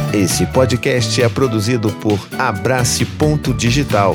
Esse podcast é produzido por Abrace Ponto Digital.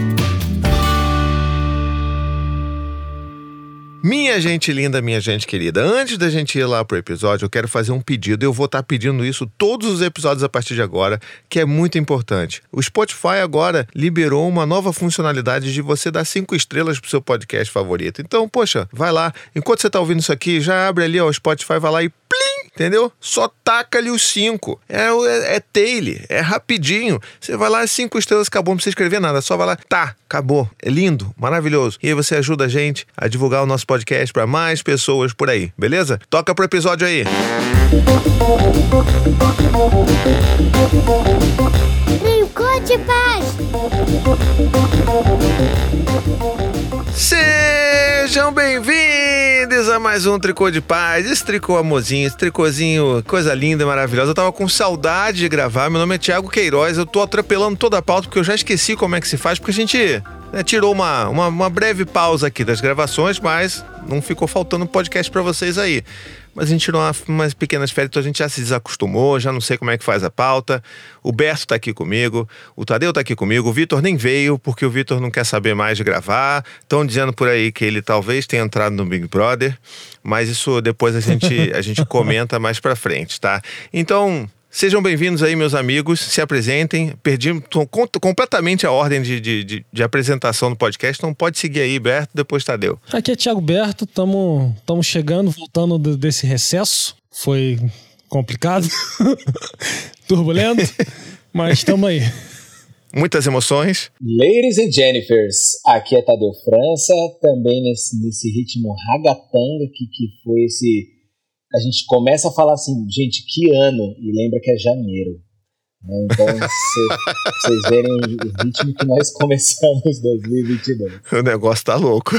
Minha gente linda, minha gente querida, antes da gente ir lá pro episódio, eu quero fazer um pedido. Eu vou estar pedindo isso todos os episódios a partir de agora, que é muito importante. O Spotify agora liberou uma nova funcionalidade de você dar 5 estrelas pro seu podcast favorito. Então, poxa, vai lá. Enquanto você tá ouvindo isso aqui, já abre ali, ó, o Spotify, vai lá e plim, entendeu? Só taca ali os 5. É tail, é rapidinho. Você vai lá, 5 estrelas, acabou, não precisa escrever nada. Só vai lá, tá, acabou. É lindo, maravilhoso. E aí você ajuda a gente a divulgar o nosso podcast para mais pessoas por aí, beleza? Toca pro episódio aí. Tricô de Paz. Sejam bem-vindos a mais um Tricô de Paz. Esse tricô amorzinho, esse tricôzinho, coisa linda e maravilhosa. Eu tava com saudade de gravar. Meu nome é Thiago Queiroz. Eu tô atropelando toda a pauta porque eu já esqueci como é que se faz, porque a gente tirou uma breve pausa aqui das gravações, mas não ficou faltando podcast pra vocês aí. Mas a gente tirou umas pequenas férias, então a gente já se desacostumou, já não sei como é que faz a pauta. O Berto tá aqui comigo, o Tadeu tá aqui comigo, o Vitor nem veio, porque o Vitor não quer saber mais de gravar. Estão dizendo por aí que ele talvez tenha entrado no Big Brother, mas isso depois a gente comenta mais pra frente, tá? Então, sejam bem-vindos aí, meus amigos, se apresentem. Perdi completamente a ordem de apresentação do podcast, então pode seguir aí, Berto, depois Tadeu. Aqui é Thiago Berto, estamos chegando, voltando desse recesso. Foi complicado, turbulento, mas estamos aí. Muitas emoções. Ladies and Jennifers, aqui é Tadeu França, também nesse ritmo ragatanga que foi esse... A gente começa a falar assim, gente, que ano? E lembra que é janeiro. Né? Então, vocês verem o ritmo que nós começamos 2022. O negócio tá louco.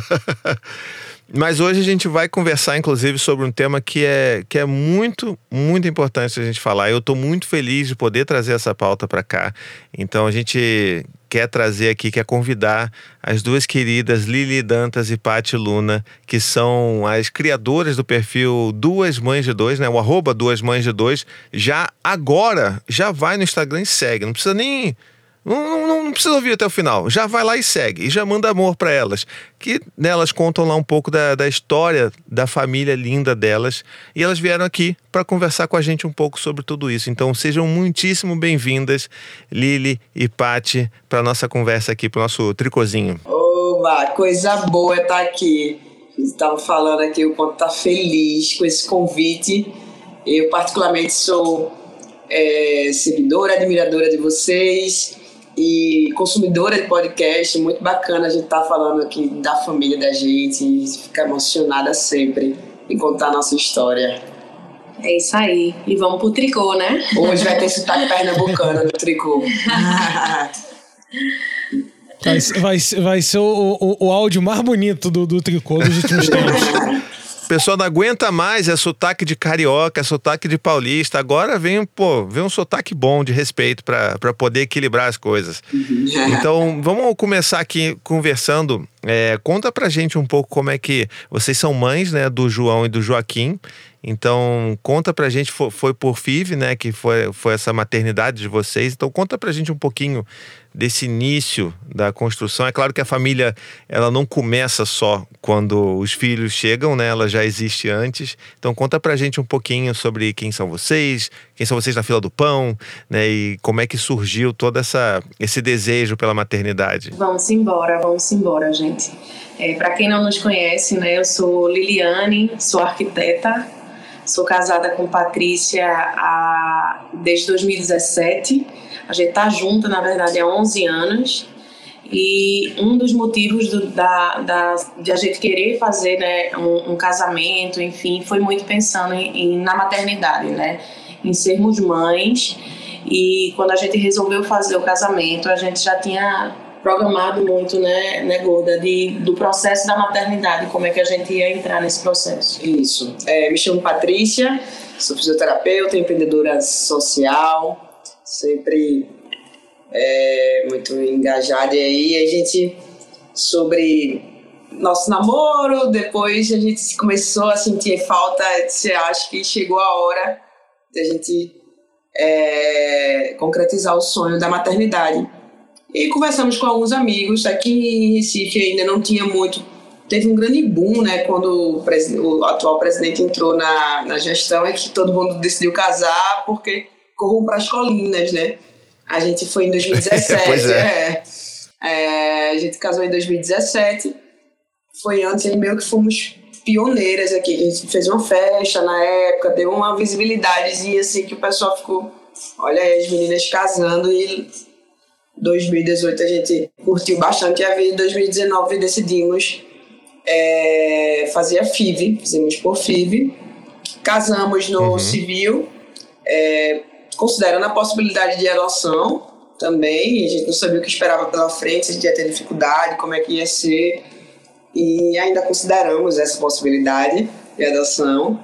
Mas hoje a gente vai conversar, inclusive, sobre um tema que é muito, muito importante a gente falar. Eu tô muito feliz de poder trazer essa pauta para cá. Então, a gente quer trazer aqui, quer convidar as duas queridas Lili Dantas e Paty Luna, que são as criadoras do perfil Duas Mães de Dois, né? O @ Duas Mães de Dois. Já vai no Instagram e segue. Não precisa nem... Não precisa ouvir até o final, já vai lá e segue, e já manda amor para elas, que elas contam lá um pouco da história da família linda delas, e elas vieram aqui para conversar com a gente um pouco sobre tudo isso. Então sejam muitíssimo bem-vindas, Lili e Paty, para nossa conversa aqui, para o nosso tricôzinho. Oba, coisa boa estar aqui. Vocês estavam falando aqui, o quanto tá feliz com esse convite. Eu particularmente sou seguidora, admiradora de vocês e consumidora de podcast. Muito bacana a gente estar falando aqui da família da gente e ficar emocionada sempre em contar a nossa história. É isso aí. E vamos pro tricô, né? Hoje vai ter sotaque pernambucano no tricô. Vai ser o áudio mais bonito do tricô dos últimos tempos. O pessoal não aguenta mais, é sotaque de carioca, é sotaque de paulista. Agora vem um sotaque bom, de respeito, para poder equilibrar as coisas. Então, vamos começar aqui conversando. Conta pra gente um pouco como é que... Vocês são mães, né, do João e do Joaquim. Então, conta pra gente, foi por FIV, né, que foi essa maternidade de vocês. Então, conta pra gente um pouquinho desse início da construção. É claro que a família, ela não começa só quando os filhos chegam, né, ela já existe antes. Então, conta pra gente um pouquinho sobre quem são vocês na fila do pão, né, e como é que surgiu todo esse desejo pela maternidade. Vamos embora, gente. Pra quem não nos conhece, né, eu sou Liliane, sou arquiteta. Sou casada com Patrícia desde 2017. A gente tá junta, na verdade, há 11 anos. E um dos motivos de a gente querer fazer, né, um casamento, enfim, foi muito pensando na maternidade, né? Em sermos mães. E quando a gente resolveu fazer o casamento, a gente já tinha programado muito, né, Gorda, do processo da maternidade, como é que a gente ia entrar nesse processo. Isso. Me chamo Patrícia, sou fisioterapeuta, empreendedora social, sempre muito engajada. E aí a gente, sobre nosso namoro, depois a gente começou a sentir falta, acho que chegou a hora de a gente concretizar o sonho da maternidade. E conversamos com alguns amigos. Aqui em Recife ainda não tinha muito. Teve um grande boom, né, quando o atual presidente entrou na gestão, que todo mundo decidiu casar porque corram para as colinas, né? A gente foi em 2017. Pois é. A gente casou em 2017. Foi antes, aí meio que fomos pioneiras aqui. A gente fez uma festa na época, deu uma visibilidadezinha assim que o pessoal ficou, olha aí as meninas casando. E 2018 a gente curtiu bastante. E aí em 2019 decidimos fazer a FIV, fizemos por FIV. Casamos no civil, considerando a possibilidade de adoção também. A gente não sabia o que esperava pela frente, se a gente ia ter dificuldade, como é que ia ser. E ainda consideramos essa possibilidade de adoção.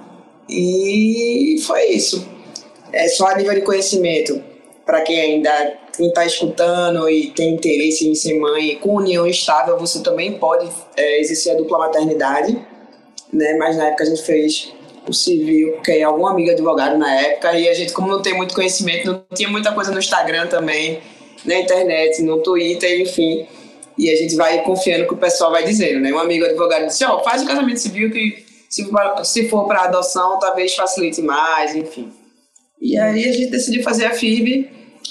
E foi isso. Só a nível de conhecimento, para quem está escutando e tem interesse em ser mãe com união estável, você também pode exercer a dupla maternidade, né? Mas na época a gente fez o civil, porque algum amigo advogado na época, e a gente, como não tem muito conhecimento, não tinha muita coisa no Instagram também, na internet, no Twitter, enfim, e a gente vai confiando que o pessoal vai dizendo, né? Um amigo advogado disse, faz o casamento civil que se for para adoção, talvez facilite mais, enfim. E aí a gente decidiu fazer a FIV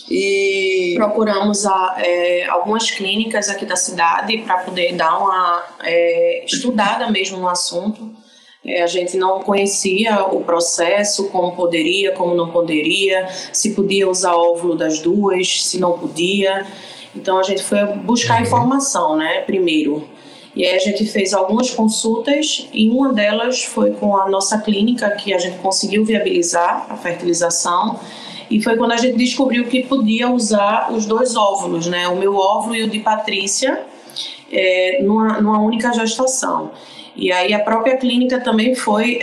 e procuramos algumas clínicas aqui da cidade para poder dar uma estudada mesmo no assunto. A gente não conhecia o processo, como poderia, como não poderia, se podia usar óvulo das duas, se não podia. Então a gente foi buscar informação, né, primeiro. E aí a gente fez algumas consultas e uma delas foi com a nossa clínica, que a gente conseguiu viabilizar a fertilização. E foi quando a gente descobriu que podia usar os dois óvulos, né, o meu óvulo e o de Patrícia, numa única gestação. E aí a própria clínica também foi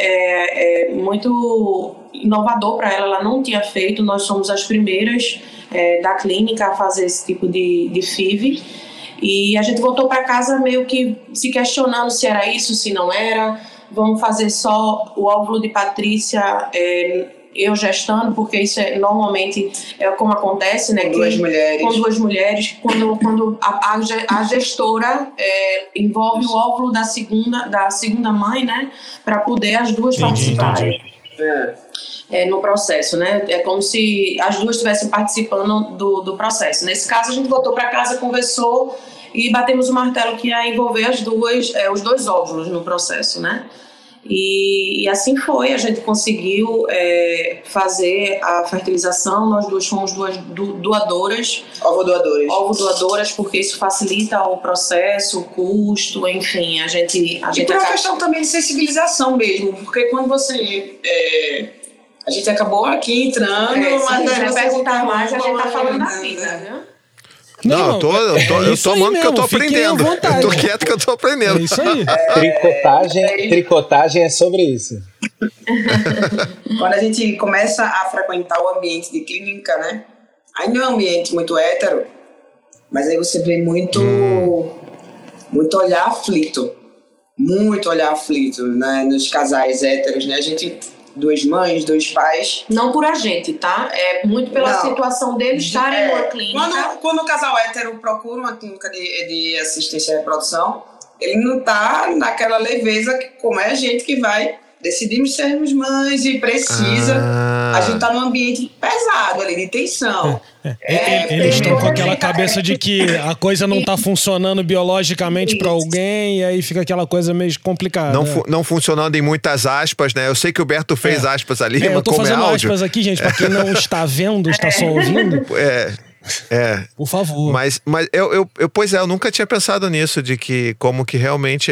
muito inovador para ela não tinha feito. Nós somos as primeiras da clínica a fazer esse tipo de FIV. E a gente voltou para casa meio que se questionando se era isso, se não era. Vamos fazer só o óvulo de Patrícia, eu gestando, porque isso normalmente é como acontece, né? Com duas mulheres. Com duas mulheres. Quando a gestora envolve o óvulo da segunda mãe, né? Para poder as duas participarem. No processo, né? É como se as duas estivessem participando do processo. Nesse caso, a gente voltou para casa, conversou e batemos o martelo que ia envolver as duas, os dois óvulos no processo, né? E assim foi, a gente conseguiu fazer a fertilização. Nós duas fomos doadoras. Ovo-doadoras, porque isso facilita o processo, o custo, enfim, a gente e por uma questão também de sensibilização mesmo, porque quando você... a gente acabou aqui entrando... se a gente perguntar mais, a gente tá falando da vida, viu? Não, eu tô amando porque eu tô aprendendo. Eu tô quieto que eu tô aprendendo. É isso aí. Tricotagem é sobre isso. Quando a gente começa a frequentar o ambiente de clínica, né? Ainda é um ambiente muito hétero, mas aí você vê muito olhar aflito. Muito olhar aflito, né? Nos casais héteros, né? A gente... duas mães, dois pais. Não por a gente, tá? É muito pela situação deles estarem numa clínica. Quando o casal hétero procura uma clínica de assistência à reprodução, ele não tá naquela leveza como é a gente que vai, decidimos sermos mães e precisa. A gente tá num ambiente pesado ali, de tensão. Eles estão com aquela cabeça de que a coisa não tá funcionando biologicamente para alguém, e aí fica aquela coisa meio complicada. Não funcionando em muitas aspas, né? Eu sei que o Berto fez aspas ali, mas eu tô como fazendo áudio... aspas aqui, gente, pra quem não está vendo, está só ouvindo. Por favor. Mas eu nunca tinha pensado nisso, de que como que realmente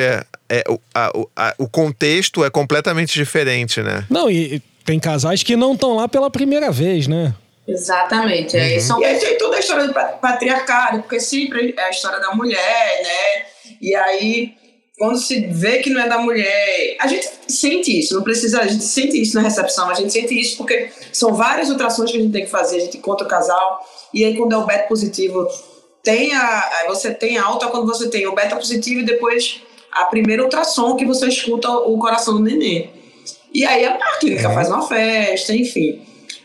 o contexto é completamente diferente, né? Não, e tem casais que não estão lá pela primeira vez, né? Exatamente. E aí tem toda a história do patriarcado, porque sempre é a história da mulher, né? E aí, quando se vê que não é da mulher, a gente sente isso, a gente sente isso na recepção, a gente sente isso porque são várias ultrassons que a gente tem que fazer, a gente encontra o casal, e aí quando é o beta positivo, você tem alta quando você tem o beta positivo e depois a primeira ultrassom que você escuta o coração do neném. E aí a clínica faz uma festa, enfim.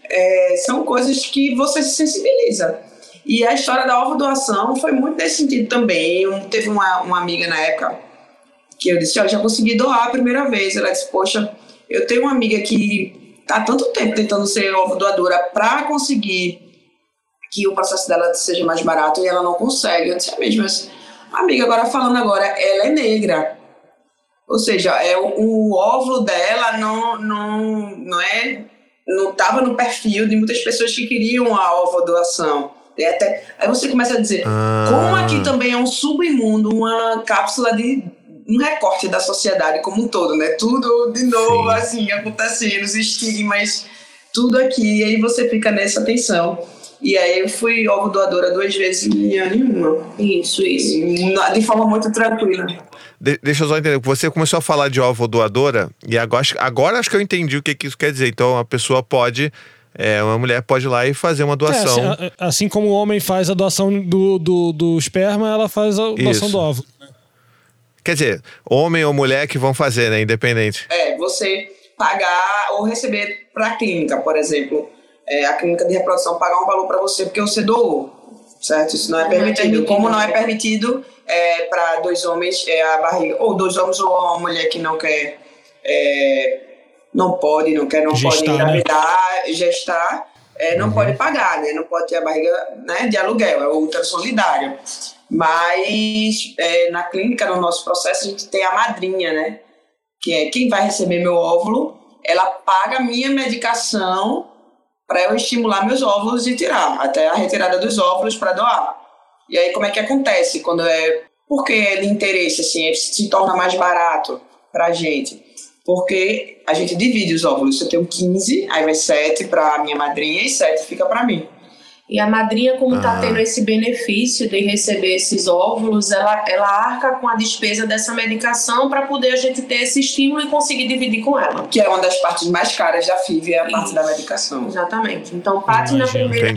são coisas que você se sensibiliza. E a história da ovo-doação foi muito nesse sentido também. Teve uma amiga na época que eu disse, já consegui doar a primeira vez. Ela disse, poxa, eu tenho uma amiga que está há tanto tempo tentando ser ovo-doadora para conseguir que o processo dela seja mais barato e ela não consegue. Eu disse, mesmo, mas amiga, falando agora, ela é negra. Ou seja, o óvulo dela não estava no perfil de muitas pessoas que queriam a ovo-doação. Aí você começa a dizer, como aqui também é um submundo, uma cápsula de um recorte da sociedade como um todo, né? Tudo de novo, assim, acontecendo, os estigmas, tudo aqui. E aí você fica nessa tensão. E aí eu fui ovo-doadora 2 vezes e nenhuma. Isso. De forma muito tranquila. Deixa eu só entender. Você começou a falar de ovo-doadora e agora acho que eu entendi o que isso quer dizer. Então a pessoa pode... uma mulher pode ir lá e fazer uma doação. Assim como o homem faz a doação do esperma, ela faz a doação do óvulo. Quer dizer, homem ou mulher que vão fazer, né? Independente. Você pagar ou receber para a clínica, por exemplo. A clínica de reprodução pagar um valor para você porque você doou, certo? Isso não é permitido. Como não é permitido para 2 homens a barriga, ou 2 homens ou uma mulher que não quer, não pode engravidar, gestar, não pode pagar, né? Não pode ter a barriga, né, de aluguel, é o útero solidário. Mas na clínica, no nosso processo, a gente tem a madrinha, né? Que é quem vai receber meu óvulo, ela paga a minha medicação para eu estimular meus óvulos e tirar, até a retirada dos óvulos para doar. E aí como é que acontece? Porque é de interesse, assim, se torna mais barato para a gente. Porque a gente divide os óvulos. Eu tenho 15, aí vai 7 para a minha madrinha e 7 fica para mim. E a madrinha, como está tendo esse benefício de receber esses óvulos, ela arca com a despesa dessa medicação para poder a gente ter esse estímulo e conseguir dividir com ela. Que é uma das partes mais caras da FIV, é a parte da medicação. Exatamente. Então, Paty na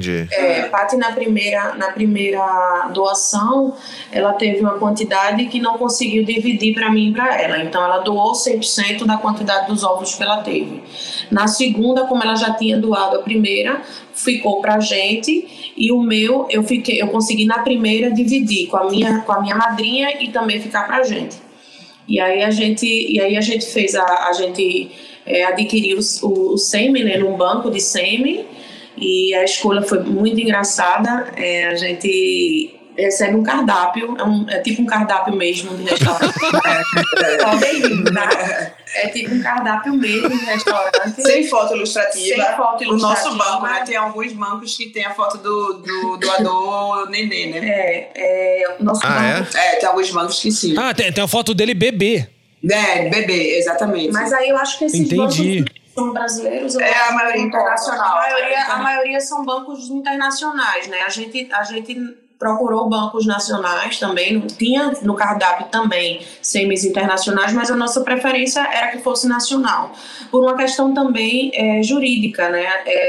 primeira doação, ela teve uma quantidade que não conseguiu dividir para mim e para ela. Então, ela doou 100% da quantidade dos óvulos que ela teve. Na segunda, como ela já tinha doado a primeira, ficou pra gente, e o meu eu consegui na primeira dividir com a minha madrinha e também ficar pra gente. E aí a gente fez adquiriu o sêmen, né, num banco de sêmen, e a escolha foi muito engraçada. A gente recebe um cardápio, é tipo um cardápio mesmo de restaurante. É tipo um cardápio mesmo de restaurante. Sem foto ilustrativa. O nosso banco, né? Tem alguns bancos que tem a foto do doador nenê, né? O nosso banco. Tem alguns bancos que sim. Tem a foto dele bebê. Bebê, exatamente. Mas aí eu acho que esses bancos são brasileiros. A maioria internacional. A maioria são bancos internacionais, né? A gente procurou bancos nacionais também, tinha no cardápio também sêmens internacionais, mas a nossa preferência era que fosse nacional, por uma questão também jurídica, né?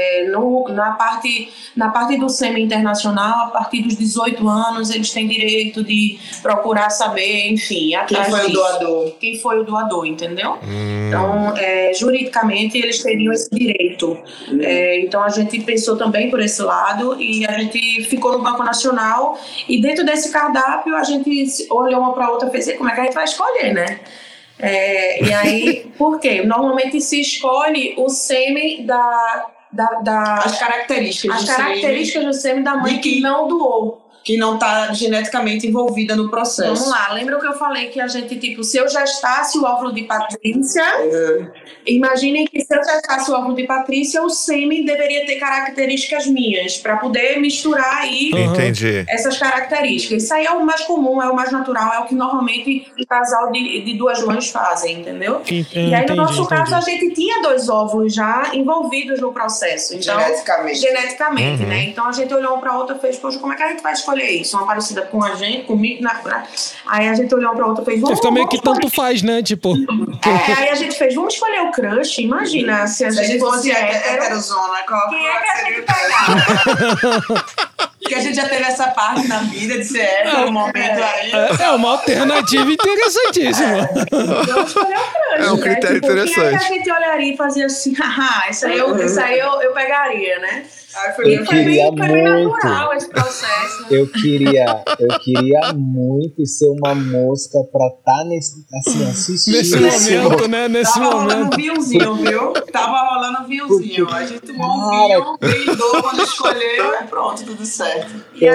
Na parte do sêmen internacional, a partir dos 18 anos, eles têm direito de procurar saber, enfim, atrás quem foi o doador, entendeu? Então, juridicamente, eles teriam esse direito. Então, a gente pensou também por esse lado e a gente ficou no Banco Nacional. E dentro desse cardápio a gente olhou uma para outra e fez, como é que a gente vai escolher, né? E aí, por quê? Normalmente se escolhe o sêmen as características do sêmen da mãe que não doou. Que não está geneticamente envolvida no processo. Vamos lá, lembra que eu falei que a gente, se eu gestasse o óvulo de Patrícia, imaginem que se eu gestasse o óvulo de Patrícia, o sêmen deveria ter características minhas, para poder misturar aí essas características. Isso aí é o mais comum, é o mais natural, é o que normalmente o casal de 2 mães fazem, entendeu? E aí, no nosso caso, a gente tinha 2 óvulos já envolvidos no processo. Então, geneticamente, né? Então, a gente olhou um para outra e fez, poxa, como é que a gente vai escolher isso? Uma parecida com a gente, comigo, aí a gente olhou pra outra e fez, você fica meio que tanto faz, né? Tipo. Aí a gente fez, vamos escolher o crush. Imagina se a gente fosse heterozona, quem é que a gente pegar? Porque a gente já teve essa parte na vida de ser hétero, um momento aí. É uma alternativa interessantíssima. Eu escolhi o crush, É um critério Quem é interessante. que a gente olharia e fazia assim, haha, isso aí eu pegaria, né? Eu queria Foi bem muito. natural esse processo. Né? Eu queria muito ser uma mosca pra estar assistindo. Nesse momento, né? Nesse Tava momento. rolando vinhozinho, viu? Tava rolando vinhozinho. A gente tomou um vinho, brindou quando escolheu e pronto, tudo certo.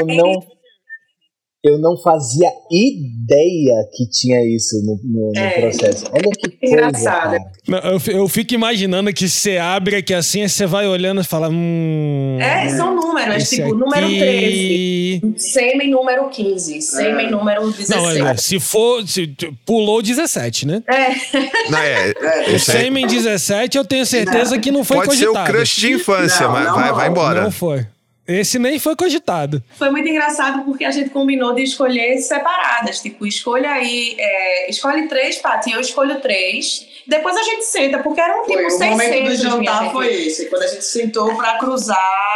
Eu não fazia ideia que tinha isso no processo. Olha que coisa, Engraçado. cara. Não, eu fico imaginando que você abre aqui assim, aí você vai olhando e fala. São números, esse tipo, aqui... número 13, sêmen número 15, sêmen número 16. Não, olha, se pulou 17, né? O Esse aí sêmen 17 eu tenho certeza que não foi pode ser cogitado. o crush de infância, Não, mas não, vai embora. Não foi. Esse nem foi cogitado. Foi muito engraçado porque a gente combinou de escolher separadas. Tipo, escolhe 3, Paty, eu escolho 3. Depois a gente senta, porque eram tipo O 600. momento do jantar minha gente. foi esse, quando a gente sentou pra cruzar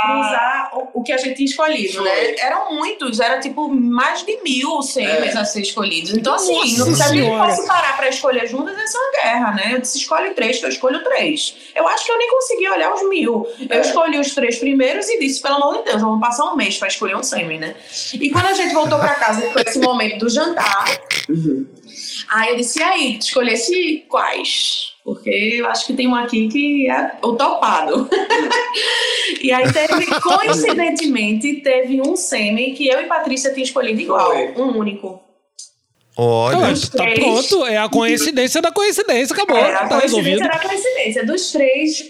O que a gente tinha escolhido, Foi. né? Eram muitos, era tipo mais de 1.000 sêmenes a ser escolhidos. Então, assim, Nossa se a gente Senhora. fosse parar pra escolher juntas, ia ser uma guerra, né? Eu disse, escolhe 3, que eu escolho 3. Eu acho que eu nem consegui olhar os 1.000. Eu escolhi os 3 primeiros e disse, pelo amor de Deus, vamos passar um mês pra escolher um sêmen, né? E quando a gente voltou pra casa, foi esse momento do jantar, aí eu disse, e aí, tu escolhesse quais? Porque eu acho que tem um aqui que é o topado. E aí coincidentemente, teve um sêmen que eu e Patrícia tinham escolhido igual. Foi. Um único. Olha, Dos Tá 3. pronto, é a coincidência da coincidência, acabou. Era a Tá resolvido. coincidência da coincidência. Dos 3,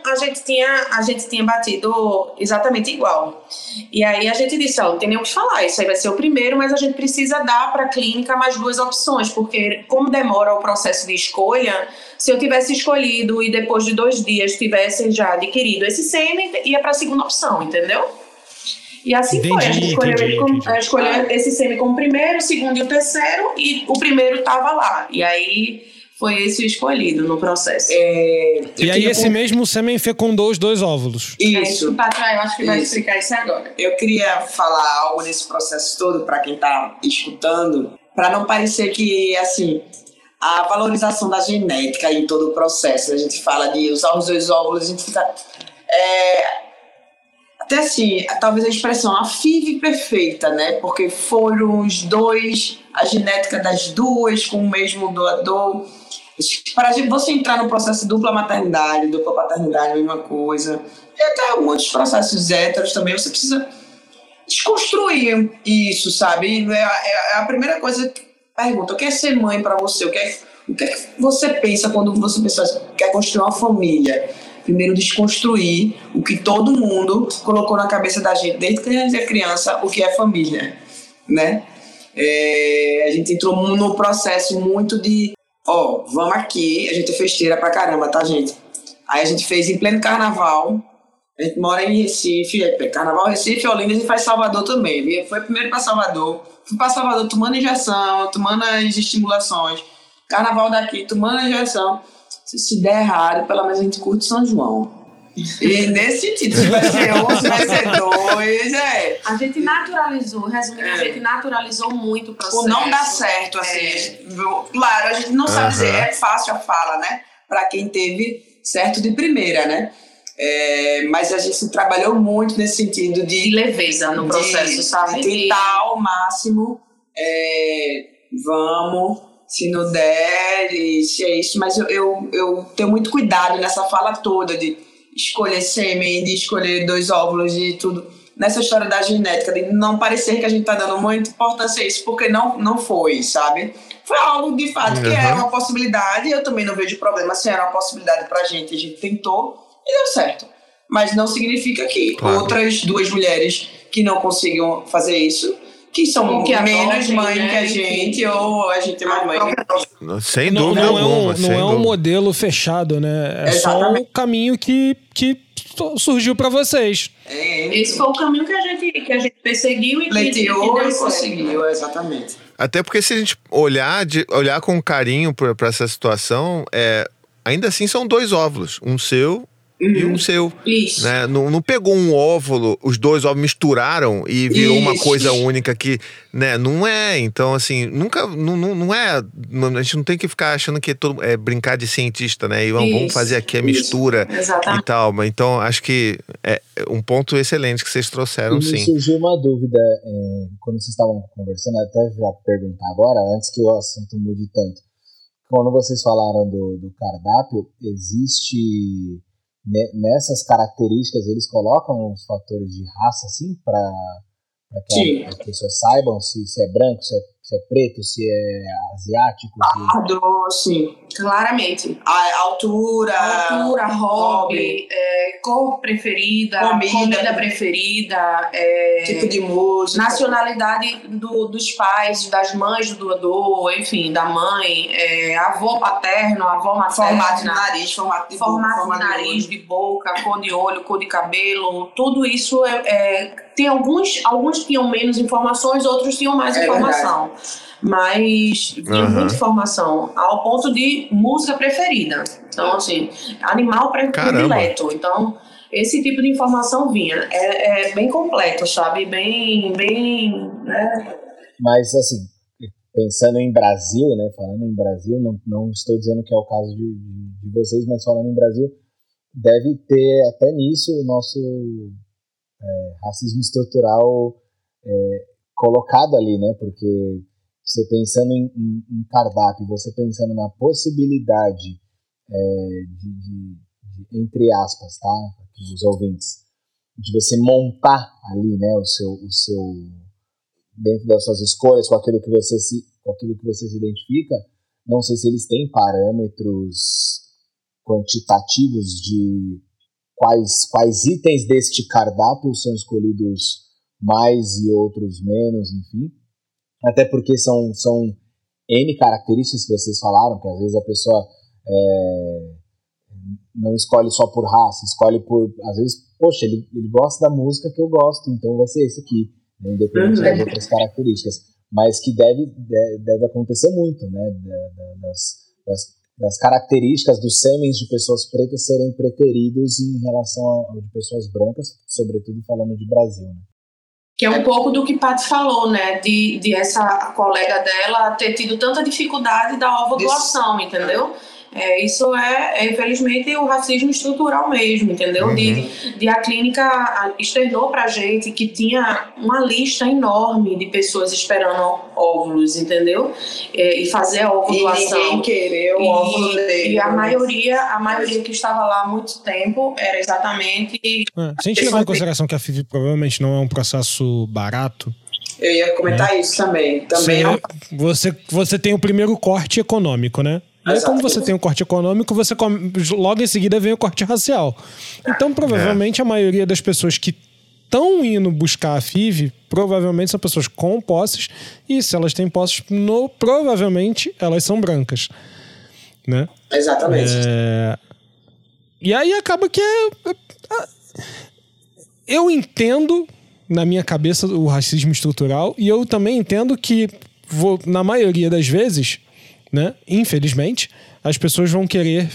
a gente tinha batido exatamente igual. E aí a gente disse, não tem nem o que falar, isso aí vai ser o primeiro, mas a gente precisa dar para a clínica mais 2 opções, porque como demora o processo de escolha, se eu tivesse escolhido e depois de 2 dias tivessem já adquirido esse sêmen, ia para a segunda opção, entendeu? E assim foi, a gente escolheu esse sêmen como primeiro, o segundo e o terceiro, e o primeiro estava lá. E aí foi esse o escolhido no processo. E aí esse mesmo sêmen fecundou os 2 óvulos. Isso. Eu acho que vai Isso. explicar isso agora. Eu queria falar algo nesse processo todo para quem está escutando, para não parecer que, assim, a valorização da genética em todo o processo, a gente fala de usar os 2 óvulos, a gente fica... até assim, talvez a expressão a FIV perfeita, né? Porque foram os 2, a genética das 2 com o mesmo doador. Para você entrar no processo de dupla maternidade, dupla paternidade, a mesma coisa. E até muitos processos héteros também, você precisa desconstruir isso, sabe? É a primeira coisa que pergunta, o que é ser mãe para você? O que é que você pensa quando você quer construir uma família? Primeiro, desconstruir o que todo mundo colocou na cabeça da gente, desde que a gente é criança, o que é família, né? A gente entrou no processo muito de, vamos aqui, a gente é festeira pra caramba, tá, gente? Aí a gente fez em pleno carnaval, a gente mora em Recife, carnaval Recife, Olinda, a gente faz Salvador também. Foi primeiro pra Salvador, fui pra Salvador tomando injeção, tomando as estimulações, carnaval daqui, tomando injeção. Se der errado, pelo menos a gente curte São João. E nesse sentido, se vai ser 1, se vai ser 2, A gente naturalizou, resumindo, a gente naturalizou muito o processo. Por não dar certo, assim. Claro, a gente não sabe dizer, é fácil a fala, né? Pra quem teve certo de primeira, né? Mas a gente trabalhou muito nesse sentido de leveza no processo, sabe? De tentar ao máximo, vamos... Se não der, se é isso, mas eu tenho muito cuidado nessa fala toda de escolher sêmen, de escolher 2 óvulos, de tudo. Nessa história da genética, de não parecer que a gente está dando muita importância a isso, porque não foi, sabe? Foi algo, de fato, que era uma possibilidade, eu também não vejo problema se era uma possibilidade pra gente, a gente tentou e deu certo. Mas não significa que outras 2 mulheres que não consigam fazer isso, que são menos mãe, né, que a gente, ou a gente é mais mãe. Sem dúvida alguma. Não é um modelo fechado, né? É Exatamente. só o caminho que surgiu pra vocês. Esse foi o caminho que a gente perseguiu e pleiteou que e conseguiu, exatamente. Até porque se a gente olhar com carinho pra essa situação, ainda assim são 2 óvulos. Um seu e um seu. Isso. Né? Não pegou um óvulo, os dois óvulos misturaram e virou uma coisa única que, né? Não é. Então, assim, nunca. Não é. A gente não tem que ficar achando que é brincar de cientista, né? E vamos fazer aqui a mistura e tal. Mas, então, acho que é um ponto excelente que vocês trouxeram, sim. Me surgiu uma dúvida quando vocês estavam conversando, até já perguntar agora, antes que o assunto mude tanto. Quando vocês falaram do cardápio, existe nessas características, eles colocam os fatores de raça, assim, para que as pessoas saibam se é branco, se é preto, se é asiático? Sim, claramente. A altura, hobby, cor preferida, comida preferida, tipo de música, nacionalidade dos pais, das mães do doador, enfim, da mãe, avô paterno, avó materna, formato de nariz, formato de nariz, de boca, cor de olho, cor de cabelo, tudo isso tem alguns tinham menos informações, outros tinham mais informação. Verdade. Mas tinha muita informação, ao ponto de música preferida. Então, assim, animal predileto. Então, esse tipo de informação vinha. É bem completo, sabe? Bem, né? Mas, assim, pensando em Brasil, né? Falando em Brasil, não estou dizendo que é o caso de vocês, mas falando em Brasil, deve ter até nisso o nosso racismo estrutural colocado ali, né? Porque você pensando em cardápio, você pensando na possibilidade de entre aspas, tá? Aqui, os ouvintes, de você montar ali, né, o seu dentro das suas escolhas, com aquilo que você se identifica. Não sei se eles têm parâmetros quantitativos de quais itens deste cardápio são escolhidos mais e outros menos, enfim. Até porque são N características que vocês falaram, que às vezes a pessoa não escolhe só por raça, escolhe por, às vezes, poxa, ele gosta da música que eu gosto, então vai ser esse aqui, né, independente das outras características. Mas que deve acontecer muito, né, das características dos sêmens de pessoas pretas serem preteridos em relação ao de pessoas brancas, sobretudo falando de Brasil, né? Que é um pouco do que Paty falou, né? De essa colega dela ter tido tanta dificuldade da ovodoação, entendeu? Isso infelizmente, o racismo estrutural mesmo, entendeu? De a clínica externou pra gente que tinha uma lista enorme de pessoas esperando óvulos, entendeu? E fazer a ovodoação. E ninguém querer o óvulo dele. E a maioria que estava lá há muito tempo era exatamente... Se a gente levar em consideração que a FIV provavelmente não é um processo barato, eu ia comentar isso também. Você tem o primeiro corte econômico, né? E aí, como você tem um corte econômico, logo em seguida vem o corte racial. Então, provavelmente, a maioria das pessoas que estão indo buscar a FIV, provavelmente são pessoas com posses, e se elas têm posses, provavelmente elas são brancas. Né? Exatamente. E aí acaba que eu entendo, na minha cabeça, o racismo estrutural, e eu também entendo que, na maioria das vezes... né? Infelizmente, as pessoas vão querer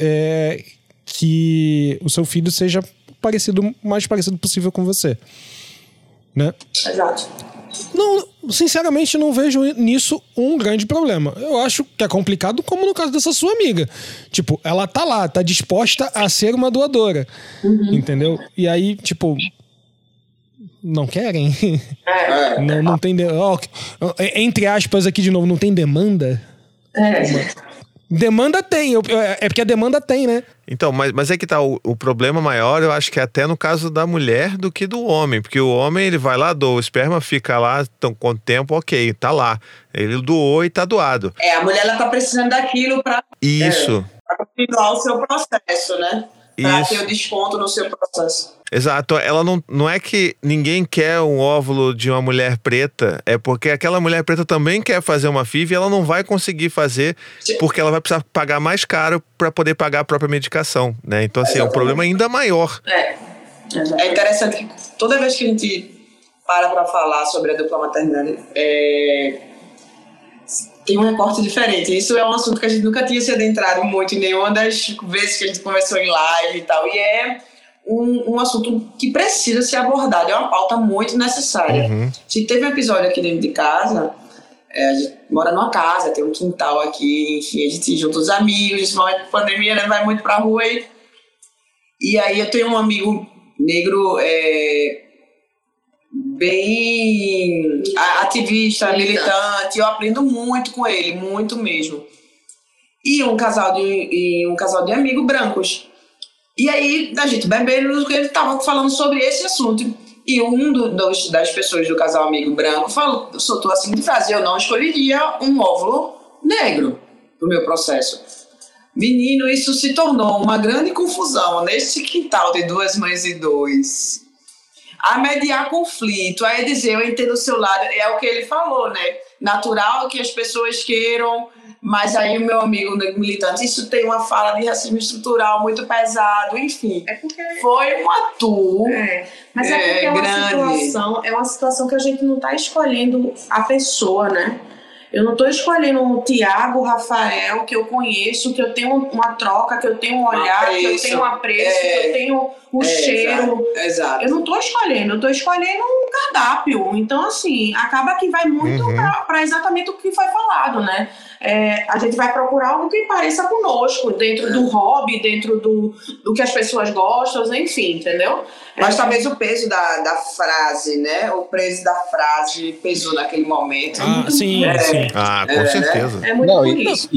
que o seu filho seja o mais parecido possível com você, né? Exato. Não, sinceramente, não vejo nisso um grande problema. Eu acho que é complicado, como no caso dessa sua amiga. Tipo, ela tá lá, tá disposta a ser uma doadora, entendeu? E aí, tipo... não querem? Não tem... entre aspas aqui de novo, não tem demanda? Demanda tem, é porque a demanda tem, né? Então, mas é que tá, o problema maior, eu acho que é até no caso da mulher do que do homem, porque o homem, ele vai lá, doa o esperma, fica lá, com o tempo, ok, tá lá, ele doou e tá doado. A mulher, ela tá precisando daquilo pra continuar o seu processo, né? Pra ter o desconto no seu processo. Exato, ela não é que ninguém quer um óvulo de uma mulher preta, é porque aquela mulher preta também quer fazer uma FIV e ela não vai conseguir fazer porque ela vai precisar pagar mais caro para poder pagar a própria medicação, né? Então, assim, é um problema ainda maior. É interessante que toda vez que a gente para falar sobre a dupla maternidade, tem um recorte diferente. Isso é um assunto que a gente nunca tinha se adentrado muito em nenhuma das vezes que a gente conversou em live e tal. E é um assunto que precisa ser abordado. É uma pauta muito necessária. A gente teve um episódio aqui dentro de casa. A gente mora numa casa, tem um quintal aqui. Enfim, a gente junta os amigos. Nesse momento de pandemia, né, vai muito pra rua. E aí eu tenho um amigo negro... bem ativista, militante. Eu aprendo muito com ele, muito mesmo. E um casal de amigos brancos. E aí, a gente bebendo, ele estava falando sobre esse assunto. E das pessoas do casal amigo branco soltou a seguinte frase: eu não escolheria um óvulo negro no meu processo. Menino, isso se tornou uma grande confusão neste quintal de duas mães e dois. A mediar conflito, a dizer, eu entendo o seu lado, é o que ele falou, né? Natural que as pessoas queiram, mas aí o meu amigo militante, isso tem uma fala de racismo estrutural muito pesado, enfim. É porque foi um ato. Mas é porque é uma situação que a gente não está escolhendo a pessoa, né? Eu não estou escolhendo o Tiago, o Rafael, que eu conheço, que eu tenho uma troca, que eu tenho um olhar, que eu tenho um apreço, que eu tenho o cheiro. Exato. Eu não estou escolhendo, eu estou escolhendo um cardápio. Então, assim, acaba que vai muito para exatamente o que foi falado, né? A gente vai procurar algo que pareça conosco, dentro do hobby, dentro do que as pessoas gostam, enfim, entendeu? Mas talvez o peso da frase, né? O peso da frase pesou naquele momento. Sim, sim. Com certeza. É muito bonito.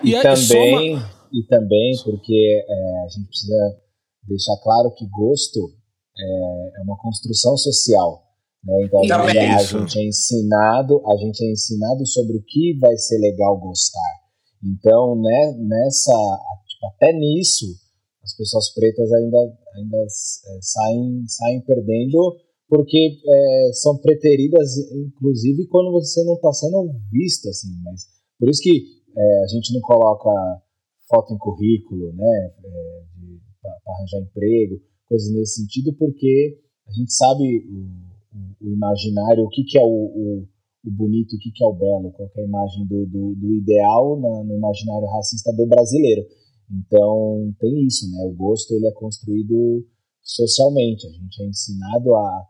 E também porque a gente precisa deixar claro que gosto é uma construção social. Né? Então a gente é ensinado sobre o que vai ser legal gostar. Então, né, até nisso, as pessoas pretas ainda saem perdendo, porque são preteridas, inclusive quando você não está sendo visto, assim. Mas por isso que a gente não coloca foto em currículo, né, para arranjar emprego, coisas nesse sentido, porque a gente sabe o imaginário, o que é o bonito, o que é o belo, qual é a imagem do ideal no imaginário racista do brasileiro. Então tem isso, né? O gosto ele é construído socialmente. A gente é ensinado a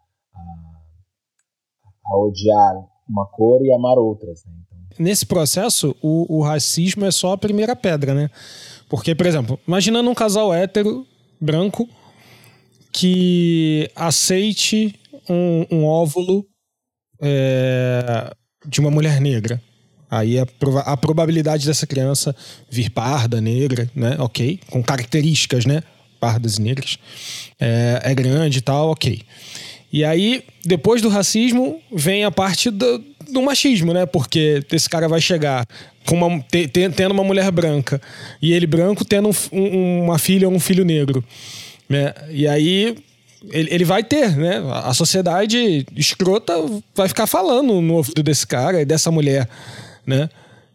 odiar uma cor e amar outras, né? Então... Nesse processo, o racismo é só a primeira pedra, né? Porque, por exemplo, imaginando um casal hétero, branco, que aceite um óvulo de uma mulher negra. Aí a probabilidade dessa criança vir parda, negra, né? Ok. Com características, né? Pardas e negras. É grande e tal, ok. E aí, depois do racismo, vem a parte do machismo, né? Porque esse cara vai chegar tendo uma mulher branca e ele branco tendo uma filha ou um filho negro, né? E aí ele vai ter, né? A sociedade escrota vai ficar falando no ouvido desse cara e dessa mulher, né?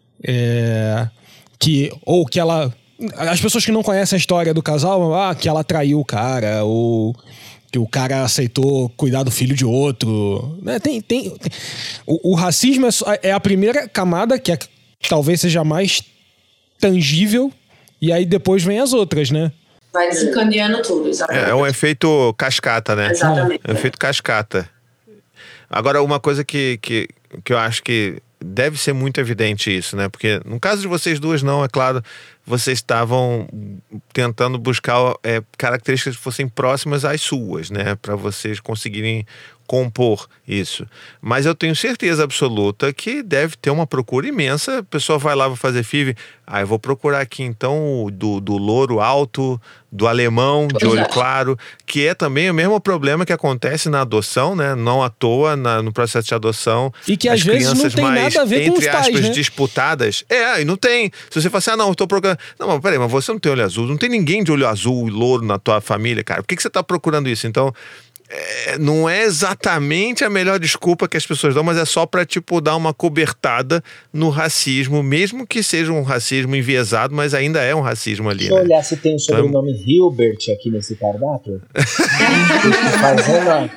Que as pessoas que não conhecem a história do casal, que ela traiu o cara, ou que o cara aceitou cuidar do filho de outro, né? O racismo é a primeira camada, que talvez seja mais tangível, e aí depois vem as outras, né? Vai desencadeando tudo, exatamente. É um efeito cascata, né? Exatamente. É um efeito cascata. Agora, uma coisa que eu acho que deve ser muito evidente isso, né? Porque no caso de vocês duas, não, é claro, vocês estavam tentando buscar características que fossem próximas às suas, né? Para vocês conseguirem compor isso. Mas eu tenho certeza absoluta que deve ter uma procura imensa. A pessoa vai lá, vai fazer FIV. Eu vou procurar aqui então do louro alto, do alemão, de olho claro, que é também o mesmo problema que acontece na adoção, né? Não à toa, no processo de adoção. E que às vezes não tem nada a ver com os pais, né? Disputadas. E não tem. Se você fala assim, não, eu tô procurando... Não, mas peraí, mas você não tem olho azul. Não tem ninguém de olho azul e louro na tua família, cara. Por que você tá procurando isso? Então... não é exatamente a melhor desculpa que as pessoas dão, mas é só pra, dar uma cobertada no racismo, mesmo que seja um racismo enviesado, mas ainda é um racismo ali, Deixa eu olhar se tem o sobrenome Hilbert aqui nesse cardápio.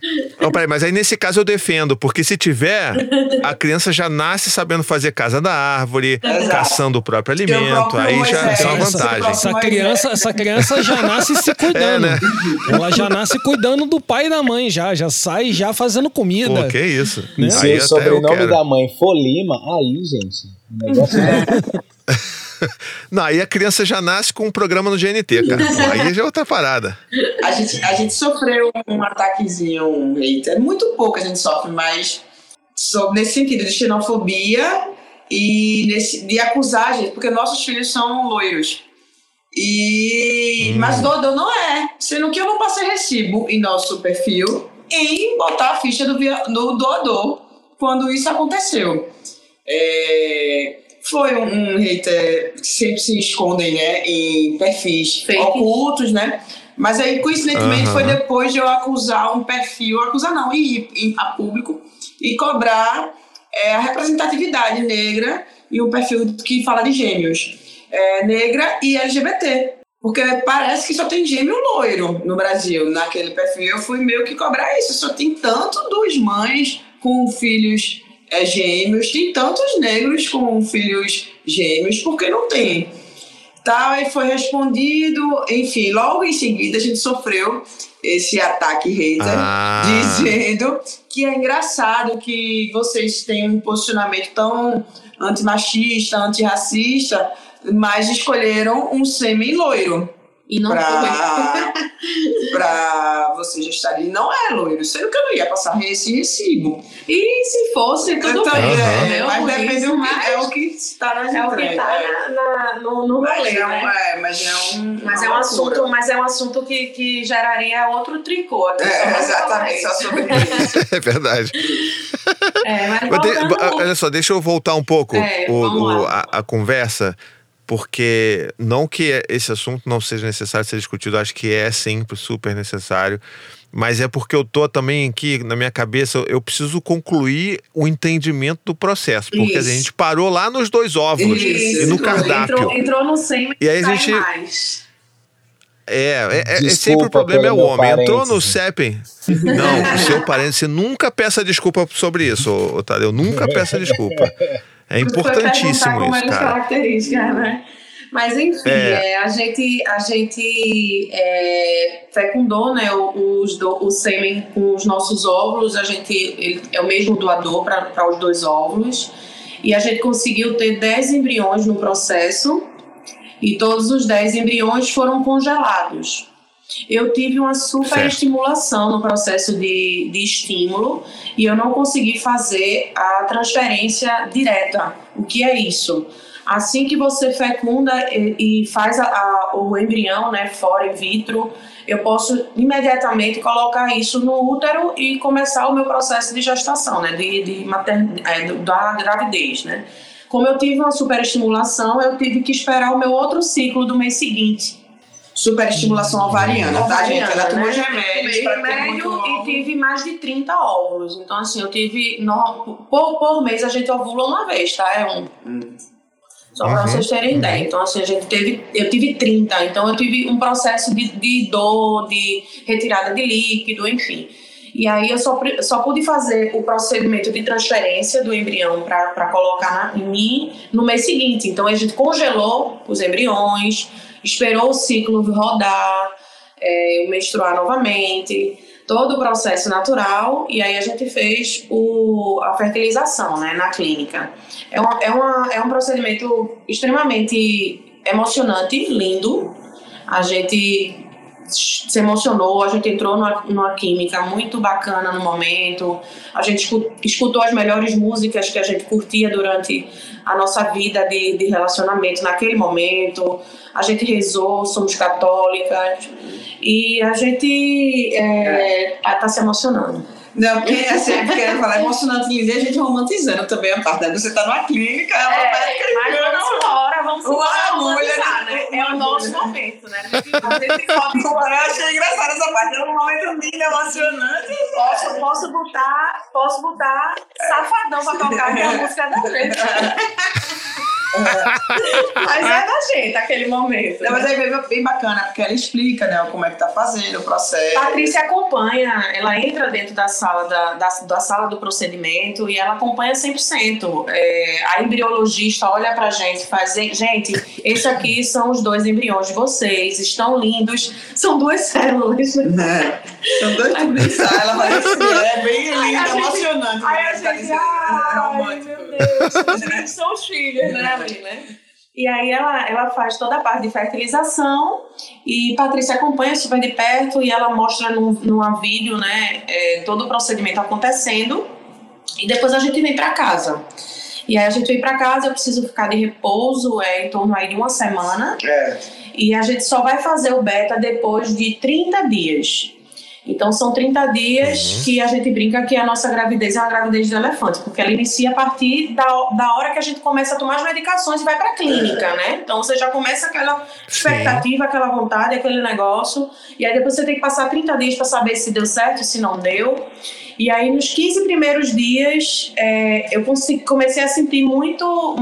Peraí, mas aí nesse caso eu defendo, porque se tiver, a criança já nasce sabendo fazer casa da árvore, caçando o próprio alimento, aí já tem uma vantagem. Essa criança já nasce se cuidando. né? Ela já nasce cuidando do pai e da mãe, já sai já fazendo comida. Pô, que isso. Né? Se Aí o até eu sobrenome quero. da mãe for Lima, aí, gente, o negócio Não, aí a criança já nasce com um programa no GNT, cara. Aí já é outra parada. A gente sofreu um ataquezinho, um hater. Muito pouco a gente sofre, mas nesse sentido de xenofobia e de acusar a gente, porque nossos filhos são loiros. Mas doador não é. Sendo que eu não passei recibo em nosso perfil em botar a ficha do doador quando isso aconteceu. Foi um hater que sempre se escondem, né, em perfis ocultos, né? Mas aí, coincidentemente, foi depois de eu acusar um perfil, ir a público e cobrar a representatividade negra e um perfil que fala de gêmeos, negra e LGBT. Porque parece que só tem gêmeo loiro no Brasil. Naquele perfil eu fui meio que cobrar isso. Só tem tanto duas mães com filhos gêmeos, tem tantos negros com filhos gêmeos, porque não tem. Aí foi respondido, enfim, logo em seguida a gente sofreu esse ataque hater, dizendo que é engraçado que vocês têm um posicionamento tão antimachista, antirracista, mas escolheram um semi-loiro. E não pra você gestar ali, não é loiro, sendo que eu não ia passar esse recibo. E se fosse, tudo bem. Mas depende é o que está nas é o que está no rolê, né? Mas é um assunto que geraria outro tricô aqui. Exatamente, só sobre isso. É verdade. Mas olha só, deixa eu voltar um pouco a conversa. Porque não que esse assunto não seja necessário ser discutido, acho que é sempre super necessário, mas é porque eu tô também aqui, na minha cabeça, eu preciso concluir o entendimento do processo, porque a gente parou lá nos 2 óvulos e no cardápio. Entrou no sêmen e aí a gente mais. Sempre o problema é o homem. Parente. Entrou no CEPEN. Não, o seu parente, você nunca peça desculpa sobre isso, Tadeu. Nunca peça desculpa. É importantíssimo como isso, cara. Características, né? Mas enfim, a gente fecundou, né, o sêmen com os nossos óvulos. Ele é o mesmo doador para os 2 óvulos. E a gente conseguiu ter 10 embriões no processo. E todos os 10 embriões foram congelados. Eu tive uma superestimulação no processo de estímulo e eu não consegui fazer a transferência direta. O que é isso? Assim que você fecunda e faz o embrião, né, fora in vitro, eu posso imediatamente colocar isso no útero e começar o meu processo de gestação, né, da gravidez, né? Como eu tive uma superestimulação, eu tive que esperar o meu outro ciclo do mês seguinte. Superestimulação ovariana, tá, gente? Ela tomou remédios e tive mais de 30 óvulos. Então, assim, eu tive... Por mês a gente ovula uma vez, tá? Só pra vocês terem ideia. Então, assim, eu tive 30. Então, eu tive um processo de dor, de retirada de líquido, enfim. E aí eu só pude fazer o procedimento de transferência do embrião para colocar em mim no mês seguinte. Então a gente congelou os embriões, esperou o ciclo rodar, menstruar novamente, todo o processo natural, e aí a gente fez a fertilização, né, na clínica. É um procedimento extremamente emocionante, lindo. A gente se emocionou, a gente entrou numa química muito bacana no momento, a gente escutou as melhores músicas que a gente curtia durante a nossa vida de relacionamento naquele momento, a gente rezou, somos católicas e a gente tá se emocionando. Não, porque assim, querendo falar emocionante lindo e a gente romantizando também a parte da você tá numa clínica, mas vamos embora, né? É o nosso momento, né? A gente pode... Eu achei engraçada essa parte, é um momento lindo, emocionante. Posso botar Safadão pra tocar, que é a música da gente. Mas é da gente, aquele momento. Não, mas é bem bacana, porque ela explica, né, como é que tá fazendo o processo. Patrícia acompanha, ela entra dentro da sala da sala do procedimento e ela acompanha 100%. A embriologista olha pra gente e faz, gente, esse aqui são os 2 embriões de vocês, estão lindos, são 2 células. São 2 tubiçais, ela vai assim, é bem linda, emocionante. Aí a gente, ai meu Deus, são os filhos, né, ali, né? E aí ela faz toda a parte de fertilização e Patrícia acompanha super de perto e ela mostra num vídeo, né, todo o procedimento acontecendo e depois a gente vem para casa. E aí a gente vem para casa, eu preciso ficar de repouso em torno aí de 1 semana. E a gente só vai fazer o beta depois de 30 dias. Então são 30 dias que a gente brinca que a nossa gravidez é uma gravidez de elefante, porque ela inicia a partir da hora que a gente começa a tomar as medicações e vai para a clínica, né? Então você já começa aquela expectativa, aquela vontade, aquele negócio, e aí depois você tem que passar 30 dias para saber se deu certo, se não deu. E aí nos 15 primeiros dias eu comecei a sentir muito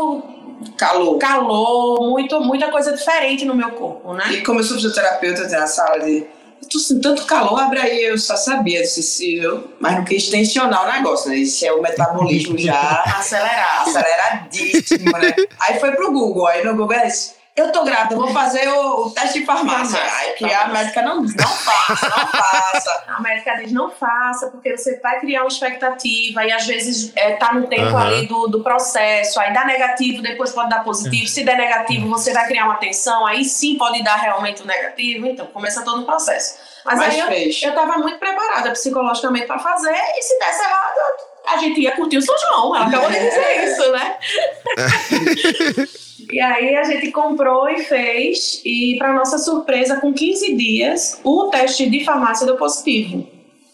calor, muita coisa diferente no meu corpo, né? E como eu sou fisioterapeuta, tem a sala de... tô sentindo tanto calor, abre aí, eu só sabia, mas não quis tensionar o negócio, né? Isso é o metabolismo já aceleradíssimo, né? Aí foi pro Google, aí no Google eu tô grávida, vou fazer o teste de farmácia. Aí que a médica não faça. A médica diz não faça, porque você vai criar uma expectativa e às vezes tá no tempo ali do processo, aí dá negativo, depois pode dar positivo. Se der negativo, você vai criar uma tensão, aí sim pode dar realmente o negativo, então começa todo o processo. Mas aí eu tava muito preparada psicologicamente pra fazer, e se desse errado, a gente ia curtir o São João. Ela acabou de dizer isso, né? E aí a gente comprou e fez, e para nossa surpresa, com 15 dias, o teste de farmácia deu positivo.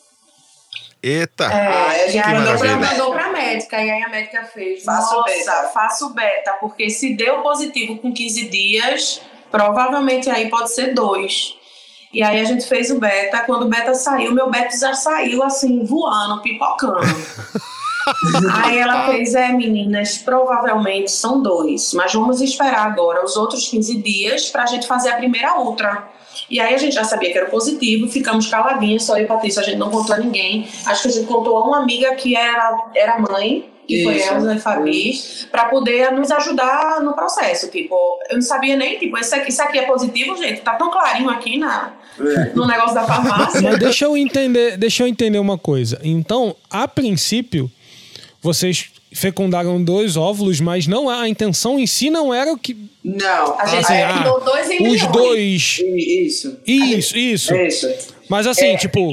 Eita! E aí mandou pra médica, e aí a médica fez, faça o beta, porque se deu positivo com 15 dias, provavelmente aí pode ser 2. E aí a gente fez o beta, quando o beta saiu, meu beta já saiu assim, voando, pipocando. Aí ela fez, meninas, provavelmente são 2, mas vamos esperar agora os outros 15 dias pra gente fazer a primeira ultra. E aí a gente já sabia que era positivo, ficamos caladinhas, só eu e Patrícia, a gente não contou a ninguém. Acho que a gente contou a uma amiga que era mãe, que foi Elza e Fabi, pra poder nos ajudar no processo. Tipo, eu não sabia nem, isso aqui é positivo, gente, tá tão clarinho aqui no negócio da farmácia. Mas deixa eu entender uma coisa. Então, a princípio, vocês fecundaram 2 óvulos, mas não a intenção em si não era o que... Não. A gente fecundou 2 embriões. Os 2... Isso. Mas assim, tipo...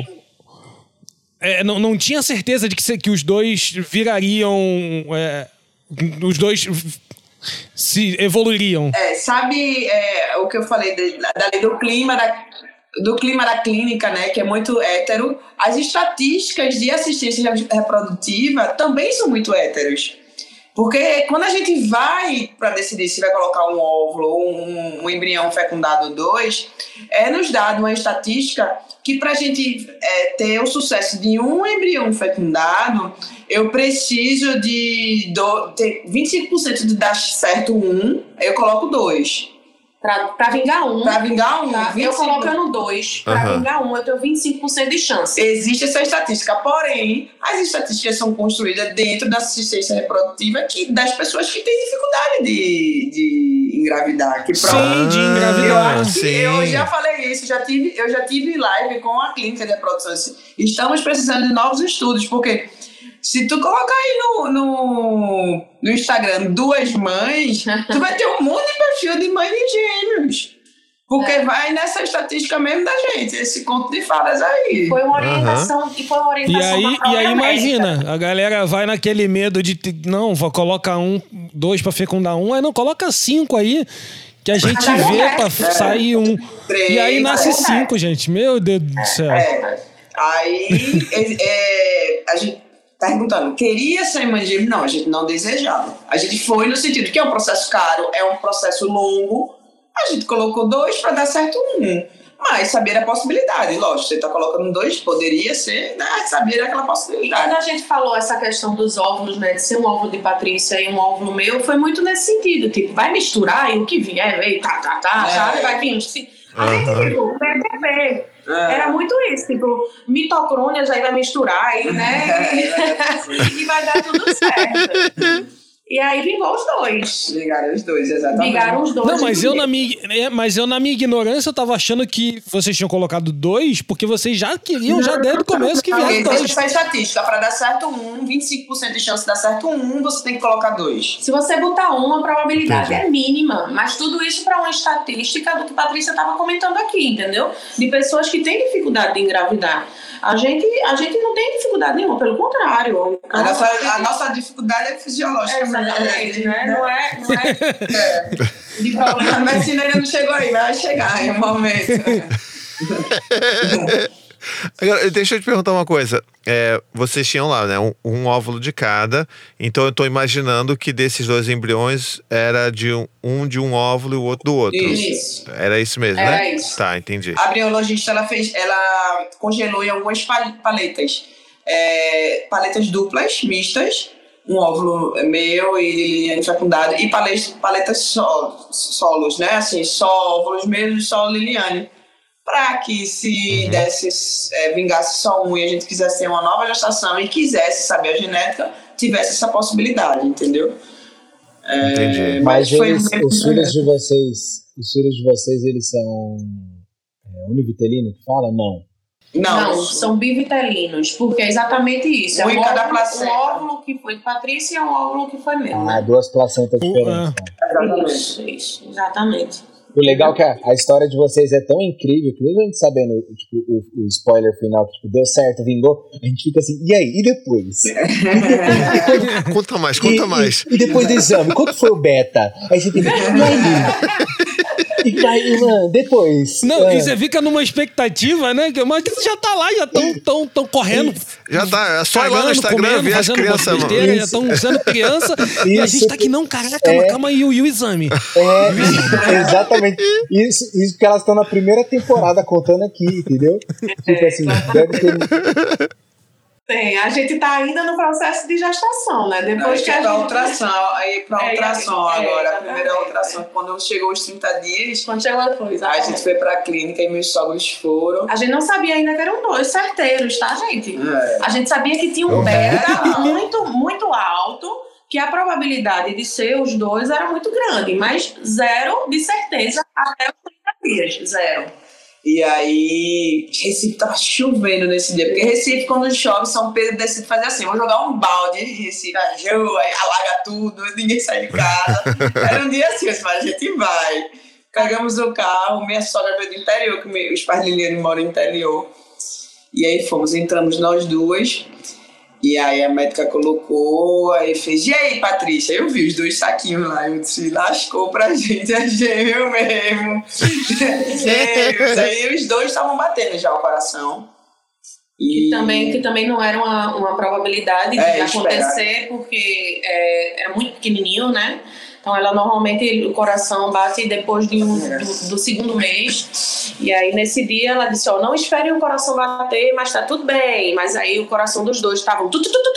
não tinha certeza de que os 2 virariam... os 2 se evoluiriam. Sabe o que eu falei da lei do clima da clínica, né, que é muito hétero, as estatísticas de assistência reprodutiva também são muito héteros. Porque quando a gente vai para decidir se vai colocar um óvulo ou um embrião fecundado 2, nos dado uma estatística que para a gente ter o sucesso de um embrião fecundado, eu preciso de ter 25% de dar certo eu coloco 2. Pra vingar um. Pra vingar um. Tá? Eu colocando 2. Pra vingar um, eu tenho 25% de chance. Existe essa estatística. Porém, as estatísticas são construídas dentro da assistência reprodutiva das pessoas que têm dificuldade de engravidar. De engravidar. Eu já falei isso. Eu já tive live com a clínica de reprodução. Estamos precisando de novos estudos, porque... Se tu colocar aí no Instagram 2 mães, tu vai ter um monte de perfil de mãe de gêmeos. Porque vai nessa estatística mesmo da gente, esse conto de fadas aí. Foi uma orientação, E aí imagina, a galera vai naquele medo de... Não, coloca 2 pra fecundar 1, aí não, coloca 5 aí, que a gente vê pra sair 1. 3, e aí nasce 5, gente. Meu Deus do céu. Aí a gente... perguntando, queria ser mãe de gêmeos? Não, a gente não desejava. A gente foi no sentido que é um processo caro, é um processo longo. A gente colocou 2 para dar certo 1. Mas sabia da possibilidade, lógico. Você tá colocando 2, poderia ser, né? Sabia daquela possibilidade. Quando a gente falou essa questão dos óvulos, né? De ser um óvulo de Patrícia e um óvulo meu, foi muito nesse sentido. Tipo, vai misturar e o que vier, vem, sabe? Vai vir. A gente, tipo, bebê. Era muito isso, tipo, mitocôndrias aí vai misturar aí, né? E vai dar tudo certo. E aí vingou os 2. Vingaram os 2, exatamente. Vingaram os 2. Não, mas eu na minha ignorância eu tava achando que vocês tinham colocado 2 porque vocês já queriam, já desde o começo, que viesse 2. Existe a estatística, pra dar certo 25% de chance de dar certo você tem que colocar 2. Se você botar 1, a probabilidade é mínima. Mas tudo isso pra uma estatística do que a Patrícia tava comentando aqui, entendeu? De pessoas que têm dificuldade de engravidar. A gente não tem dificuldade nenhuma, pelo contrário. A nossa dificuldade é fisiológica. Exatamente, né? Não é de problema. A medicina ainda não chegou aí, vai chegar em um momento. Agora, deixa eu te perguntar uma coisa. Vocês tinham lá, né? Um óvulo de cada. Então eu tô imaginando que desses 2 embriões era de um óvulo e o outro do outro. Isso. Era isso mesmo, era né? Isso. Tá, entendi. A embriologista, ela congelou em algumas paletas. Paletas duplas, mistas. Um óvulo meu e Liliane fecundado. E paletas solos, né? Assim, só óvulos meus e só Liliane. Para que se vingasse só um e a gente quisesse ter uma nova gestação e quisesse saber a genética, tivesse essa possibilidade, entendeu? Entendi. Mas os filhos de vocês, eles são univitelino que fala? Não, são bivitelinos, porque é exatamente isso. Um em cada placenta. Um óvulo que foi de Patrícia e um óvulo que foi meu. 2 placentas diferentes. Exatamente. Isso, exatamente. O legal é que a história de vocês é tão incrível que mesmo a gente sabendo tipo, o spoiler final, que tipo, deu certo, vingou, a gente fica assim, e aí? E depois? Conta mais. E depois do exame, quanto foi o beta? Aí você fica, e aí? E aí, mano, depois. Não, e você fica numa expectativa, né? Mas já tá lá, já tão correndo. Já tá, é só ir lá no Instagram ver as crianças, mano. Já estão usando criança. E a gente tá aqui, não, caraca, calma aí, e o exame? Exatamente. Isso porque elas estão na primeira temporada contando aqui, entendeu? Tipo assim, deve ter... Tem, a gente tá ainda no processo de gestação, né? Depois que a gente... ultrassom, agora, a primeira ultrassom, quando chegou os 30 dias, quando chegou a gente foi pra clínica e meus sogros foram. A gente não sabia ainda que eram 2 certeiros, tá, gente? A gente sabia que tinha um beta muito, muito alto, que a probabilidade de ser os 2 era muito grande, mas 0 de certeza até os 30 dias, 0. E aí, Recife tava chovendo nesse dia, porque Recife, quando chove, São Pedro decide fazer assim, vou jogar um balde em Recife, aí alaga tudo, ninguém sai de casa. Era um dia assim, mas a gente vai. Pegamos o carro, minha sogra veio do interior, que os pais de Liliane moram no interior. E aí entramos nós 2. E aí a médica colocou, aí fez, e aí, Patrícia? Eu vi os 2 saquinhos lá, eu disse, lascou pra gente, é gêmeo mesmo. Gêmeos. Aí os 2 estavam batendo já o coração. Que também não era uma probabilidade de acontecer, porque era muito pequenininho, né? Então, normalmente o coração bate depois do segundo mês. E aí, nesse dia, ela disse, não espere o coração bater, mas tá tudo bem. Mas aí, o coração dos 2 estavam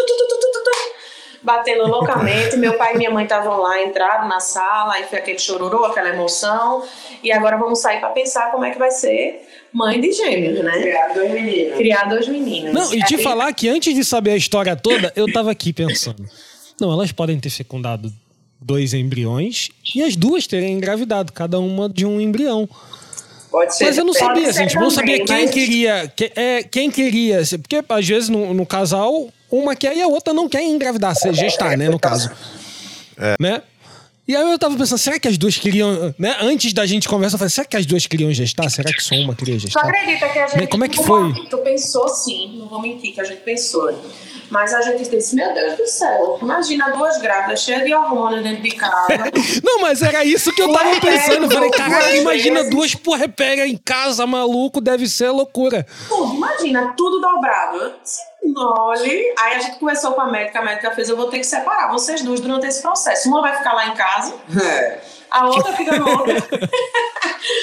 batendo loucamente. Meu pai e minha mãe estavam lá, entraram na sala, aí foi aquele chororô, aquela emoção. E agora vamos sair para pensar como é que vai ser mãe de gêmeos, né? Criar 2 meninos. Não, e te falar que antes de saber a história toda, eu tava aqui pensando. Não, elas podem ter fecundado 2 embriões e as 2 terem engravidado, cada uma de um embrião. Pode ser. Mas eu não sabia, assim, tipo, não sabia quem mas... quem queria. Porque às vezes no casal, uma quer e a outra não quer engravidar, gestar, né, no caso. Né? E aí eu tava pensando, será que as 2 queriam, né? Antes da gente conversar, eu falei, será que as 2 queriam gestar? Será que só uma queria gestar? Tu acredita que a gente... Como é que foi? Tu pensou sim, não vou mentir que a gente pensou. Mas a gente disse, meu Deus do céu, imagina 2 grávidas cheias de hormônio dentro de casa. Não, mas era isso que eu tava pensando. Eu falei, caraca, imagina 2 porra-pega em casa, maluco, deve ser loucura. Tudo, imagina, tudo dobrado. Olha, aí a gente conversou com a médica fez, eu vou ter que separar vocês 2 durante esse processo. Uma vai ficar lá em casa, a outra fica no outro.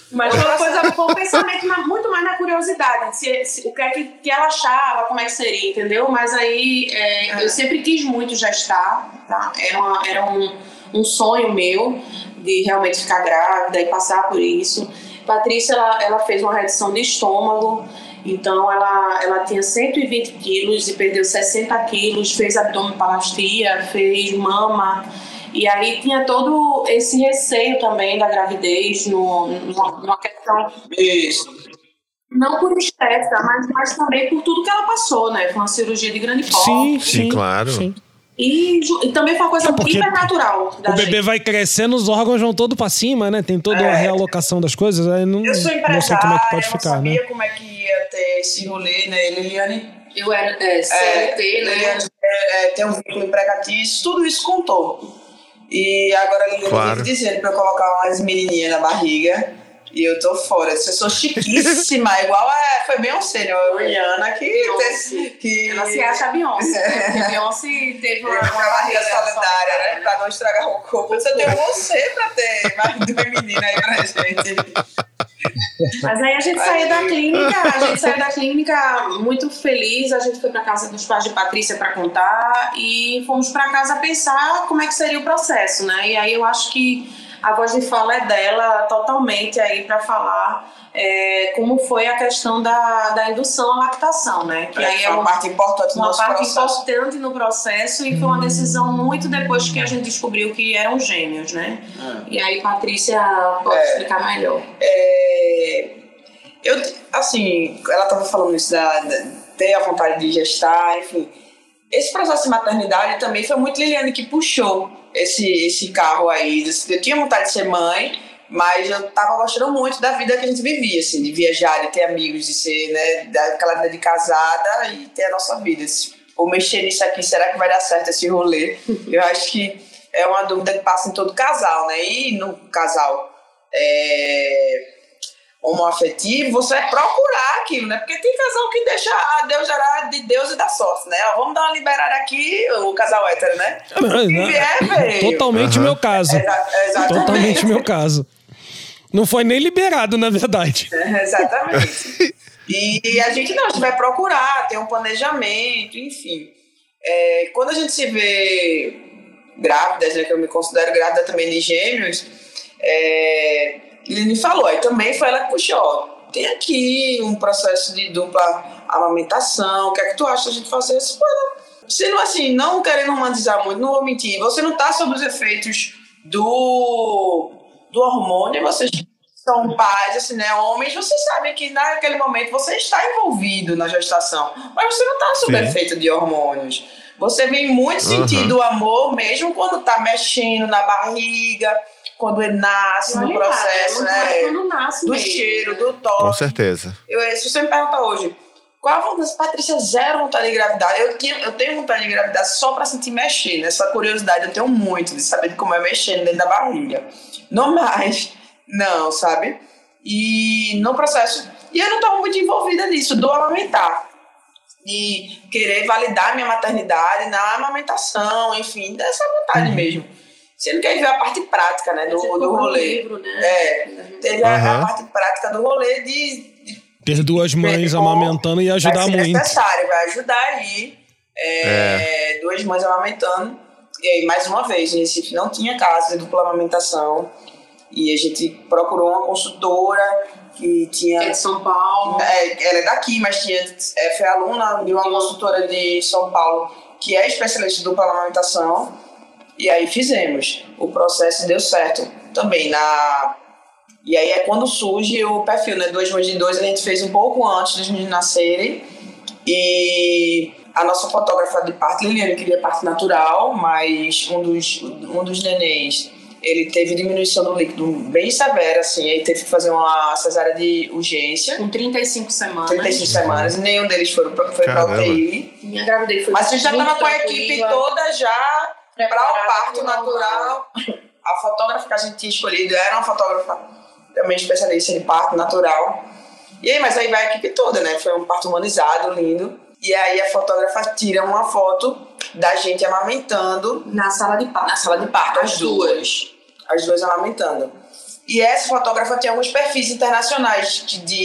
Mas foi um pensamento muito mais na curiosidade, o que é que ela achava, como é que seria, entendeu? Mas aí eu sempre quis muito gestar, tá? Era um sonho meu de realmente ficar grávida e passar por isso. Patrícia, ela fez uma redução de estômago, então ela tinha 120 quilos e perdeu 60 quilos, fez abdominoplastia, fez mama. E aí tinha todo esse receio também da gravidez, numa questão... Isso. Não por estética, mas também por tudo que ela passou, né? Foi uma cirurgia de grande porte. Sim, claro. Sim. E também foi uma coisa hiper natural da O bebê vai crescendo, os órgãos vão todo pra cima, né? Tem toda a realocação das coisas. Aí Eu sou empresária, não sei como é que pode eu ficar, não sabia né? como é que ia ter esse rolê, né, Liliane? Eu era CLT, né? Liliane tem um vínculo empregatício, tudo isso contou. E agora a Liliane vive dizendo pra eu colocar umas menininhas na barriga. E eu tô fora. Eu sou chiquíssima, igual foi Beyoncé, né? A Rihanna que Ela se acha a Beyoncé. Né? Beyoncé teve uma barriga solidária, né? Pra não estragar o corpo. Eu só tenho você pra ter mais 2 meninas aí pra gente. Mas aí a gente saiu da clínica muito feliz. A gente foi pra casa dos pais de Patrícia pra contar e fomos pra casa pensar como é que seria o processo, né? E aí eu acho que a voz de fala é dela totalmente aí para falar como foi a questão da indução à lactação, né? Que aí é uma parte importante no processo e foi uma decisão muito depois que a gente descobriu que eram gêmeos, né? E aí Patrícia pode explicar melhor. Ela estava falando isso ter a vontade de gestar, enfim. Esse processo de maternidade também foi muito Liliane que puxou esse carro aí. Eu tinha vontade de ser mãe, mas eu tava gostando muito da vida que a gente vivia, assim, de viajar, de ter amigos, de ser, né, daquela vida de casada e ter a nossa vida. Ou mexer nisso aqui, será que vai dar certo esse rolê? Eu acho que é uma dúvida que passa em todo casal, né? E no casal homoafetivo, você vai procurar aquilo, né? Porque tem casal que deixa a Deus gerar de Deus e da sorte, né? Vamos dar uma liberada aqui, o casal hétero, né? Totalmente meu caso. Exatamente. Totalmente meu caso. Não foi nem liberado, na verdade. Exatamente. E a gente vai procurar, tem um planejamento, enfim. Quando a gente se vê grávidas, né? Que eu me considero grávida também de gêmeos, ele me falou, aí também foi ela que puxou, tem aqui um processo de dupla amamentação, o que é que tu acha da gente fazer isso? Você não, assim, não querendo romantizar muito, não vou mentir, você não tá sob os efeitos do hormônio, vocês são pais, assim, né, homens, vocês sabem que naquele momento você está envolvido na gestação, mas você não tá sob efeito de hormônios. Você vem muito sentindo o amor, mesmo quando tá mexendo na barriga, quando ele nasce no processo, né? Quando nasce do mesmo, cheiro, do toque. Com certeza. Se você me pergunta hoje, qual a vontade? Patrícia, zero vontade de engravidar. Eu tenho vontade de engravidar só pra sentir mexer, né? Essa curiosidade eu tenho muito de saber como é mexendo dentro da barriga. Não mais, não, sabe? E no processo... E eu não estava muito envolvida nisso, do amamentar. De querer validar minha maternidade na amamentação, enfim, dessa vontade mesmo. Você não quer ver a parte prática, né, do rolê. Livro, né? Teve a parte prática do rolê de ter 2 mães amamentando e ajudar muito. Vai ser necessário, vai ajudar aí. 2 mães amamentando. E aí, mais uma vez, em Recife não tinha casa de dupla amamentação. E a gente procurou uma consultora que tinha... É de São Paulo. Ela é daqui, mas foi aluna de uma consultora de São Paulo que é especialista em dupla amamentação. E aí fizemos. O processo deu certo também. E aí é quando surge o perfil, né? 2 mães de 2, a gente fez um pouco antes dos meninos nascerem. E a nossa fotógrafa de parto, Liliane, queria parto natural, mas um dos nenéns, ele teve diminuição do líquido bem severa, assim, aí teve que fazer uma cesárea de urgência. Com 35 semanas. 35 semanas, e nenhum deles foi pra UTI. Minha gravidez foi. Mas a gente já estava com a equipe toda já para o parto natural. A fotógrafa que a gente tinha escolhido era uma fotógrafa também especialista em parto natural. E aí, mas aí vai a equipe toda, né? Foi um parto humanizado, lindo. E aí a fotógrafa tira uma foto da gente amamentando na sala de parto. Na sala de parto, as duas amamentando. E essa fotógrafa tinha alguns perfis internacionais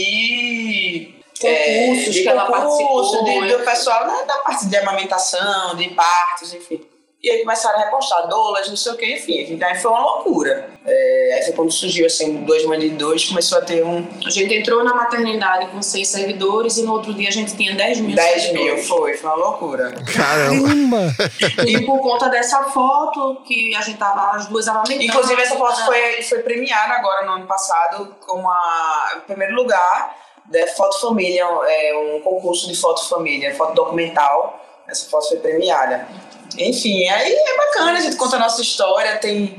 de concursos que ela participou. Do pessoal, né, da parte de amamentação, de partos, enfim. E aí começaram a repostar doulas, não sei o que, enfim. Então aí foi uma loucura. Aí foi quando surgiu, assim, 2 mais de 2, começou a ter A gente entrou na maternidade com 6 servidores e no outro dia a gente tinha 10 mil 10 seguidores. mil, foi uma loucura. Caramba! E por conta dessa foto que a gente tava as duas amamentando. Inclusive essa foto foi premiada agora no ano passado como em primeiro lugar da Foto Família, um concurso de foto família, foto documental. Essa foto foi premiada. Enfim, aí é bacana, a gente conta a nossa história, também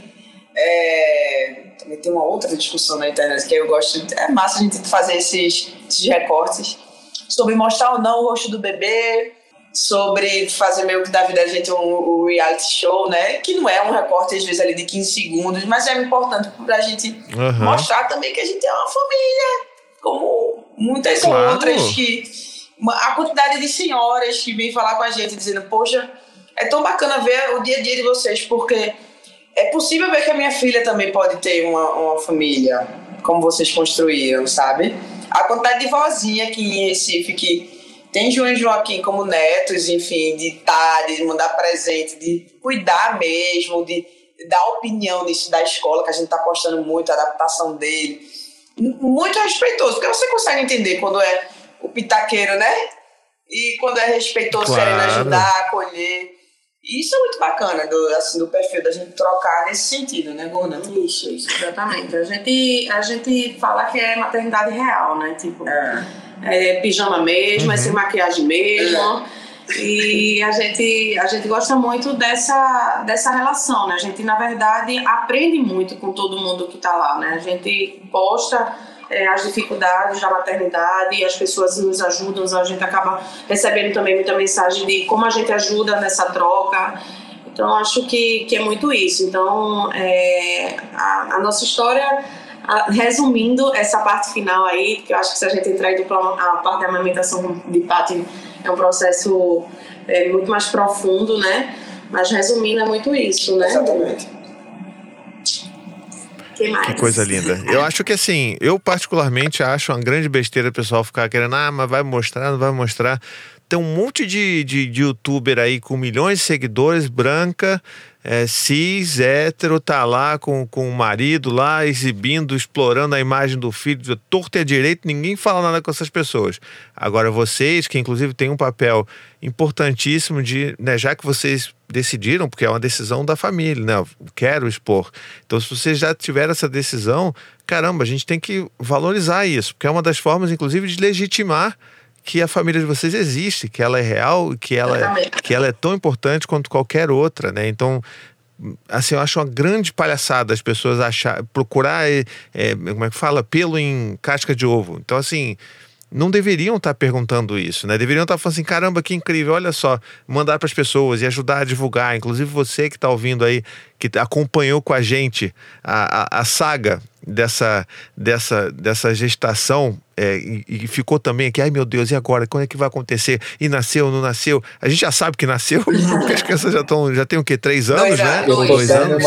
tem uma outra discussão na internet que eu gosto, é massa a gente fazer esses recortes sobre mostrar ou não o rosto do bebê, sobre fazer meio que da vida da gente um reality show, né, que não é um recorte às vezes ali de 15 segundos, mas é importante pra gente mostrar também que a gente é uma família, como muitas outras, a quantidade de senhoras que vêm falar com a gente dizendo, poxa, é tão bacana ver o dia a dia de vocês, porque é possível ver que a minha filha também pode ter uma família, como vocês construíram, sabe? A quantidade de vozinha aqui em Recife, que tem João e Joaquim como netos, enfim, de mandar presente, de cuidar mesmo, de dar opinião nisso da escola, que a gente está apostando muito, a adaptação dele. Muito respeitoso, porque você consegue entender quando é o pitaqueiro, né? E quando é respeitoso, querendo ajudar, acolher. Isso é muito bacana do perfil da gente trocar nesse sentido, né, Gorda? Isso, exatamente. A gente fala que é maternidade real, né? Tipo, é pijama mesmo, é sem maquiagem mesmo. E a gente gosta muito dessa relação, né? A gente, na verdade, aprende muito com todo mundo que tá lá, né? A gente posta as dificuldades da maternidade, as pessoas nos ajudam, a gente acaba recebendo também muita mensagem de como a gente ajuda nessa troca. Então, acho que é muito isso. Então, a nossa história, resumindo essa parte final aí, que eu acho que se a gente entrar em a parte da amamentação de Paty é um processo muito mais profundo, né? Mas resumindo, é muito isso, né? Exatamente. Que coisa linda. Eu acho que assim, eu particularmente acho uma grande besteira o pessoal ficar querendo, mas vai mostrar, não vai mostrar. Tem um monte de youtuber aí com milhões de seguidores, branca, cis, hétero, tá lá com o marido lá, exibindo, explorando a imagem do filho, torto e à direito, ninguém fala nada com essas pessoas. Agora vocês, que inclusive têm um papel importantíssimo de, né, já que vocês decidiram, porque é uma decisão da família, né, eu quero expor. Então, se vocês já tiveram essa decisão, caramba, a gente tem que valorizar isso, porque é uma das formas, inclusive, de legitimar que a família de vocês existe, que ela é real, que ela é tão importante quanto qualquer outra, né? Então, assim, eu acho uma grande palhaçada as pessoas procurar, como é que fala? Pelo em casca de ovo. Então, assim, não deveriam estar perguntando isso, né? Deveriam estar falando assim, caramba, que incrível, olha só, mandar para as pessoas e ajudar a divulgar, inclusive você que está ouvindo aí, que acompanhou com a gente a saga dessa gestação, e ficou também aqui, ai meu Deus, e agora? Quando é que vai acontecer? E nasceu, não nasceu? A gente já sabe que nasceu, porque as crianças já tem o quê? 3 anos, né? 2 anos.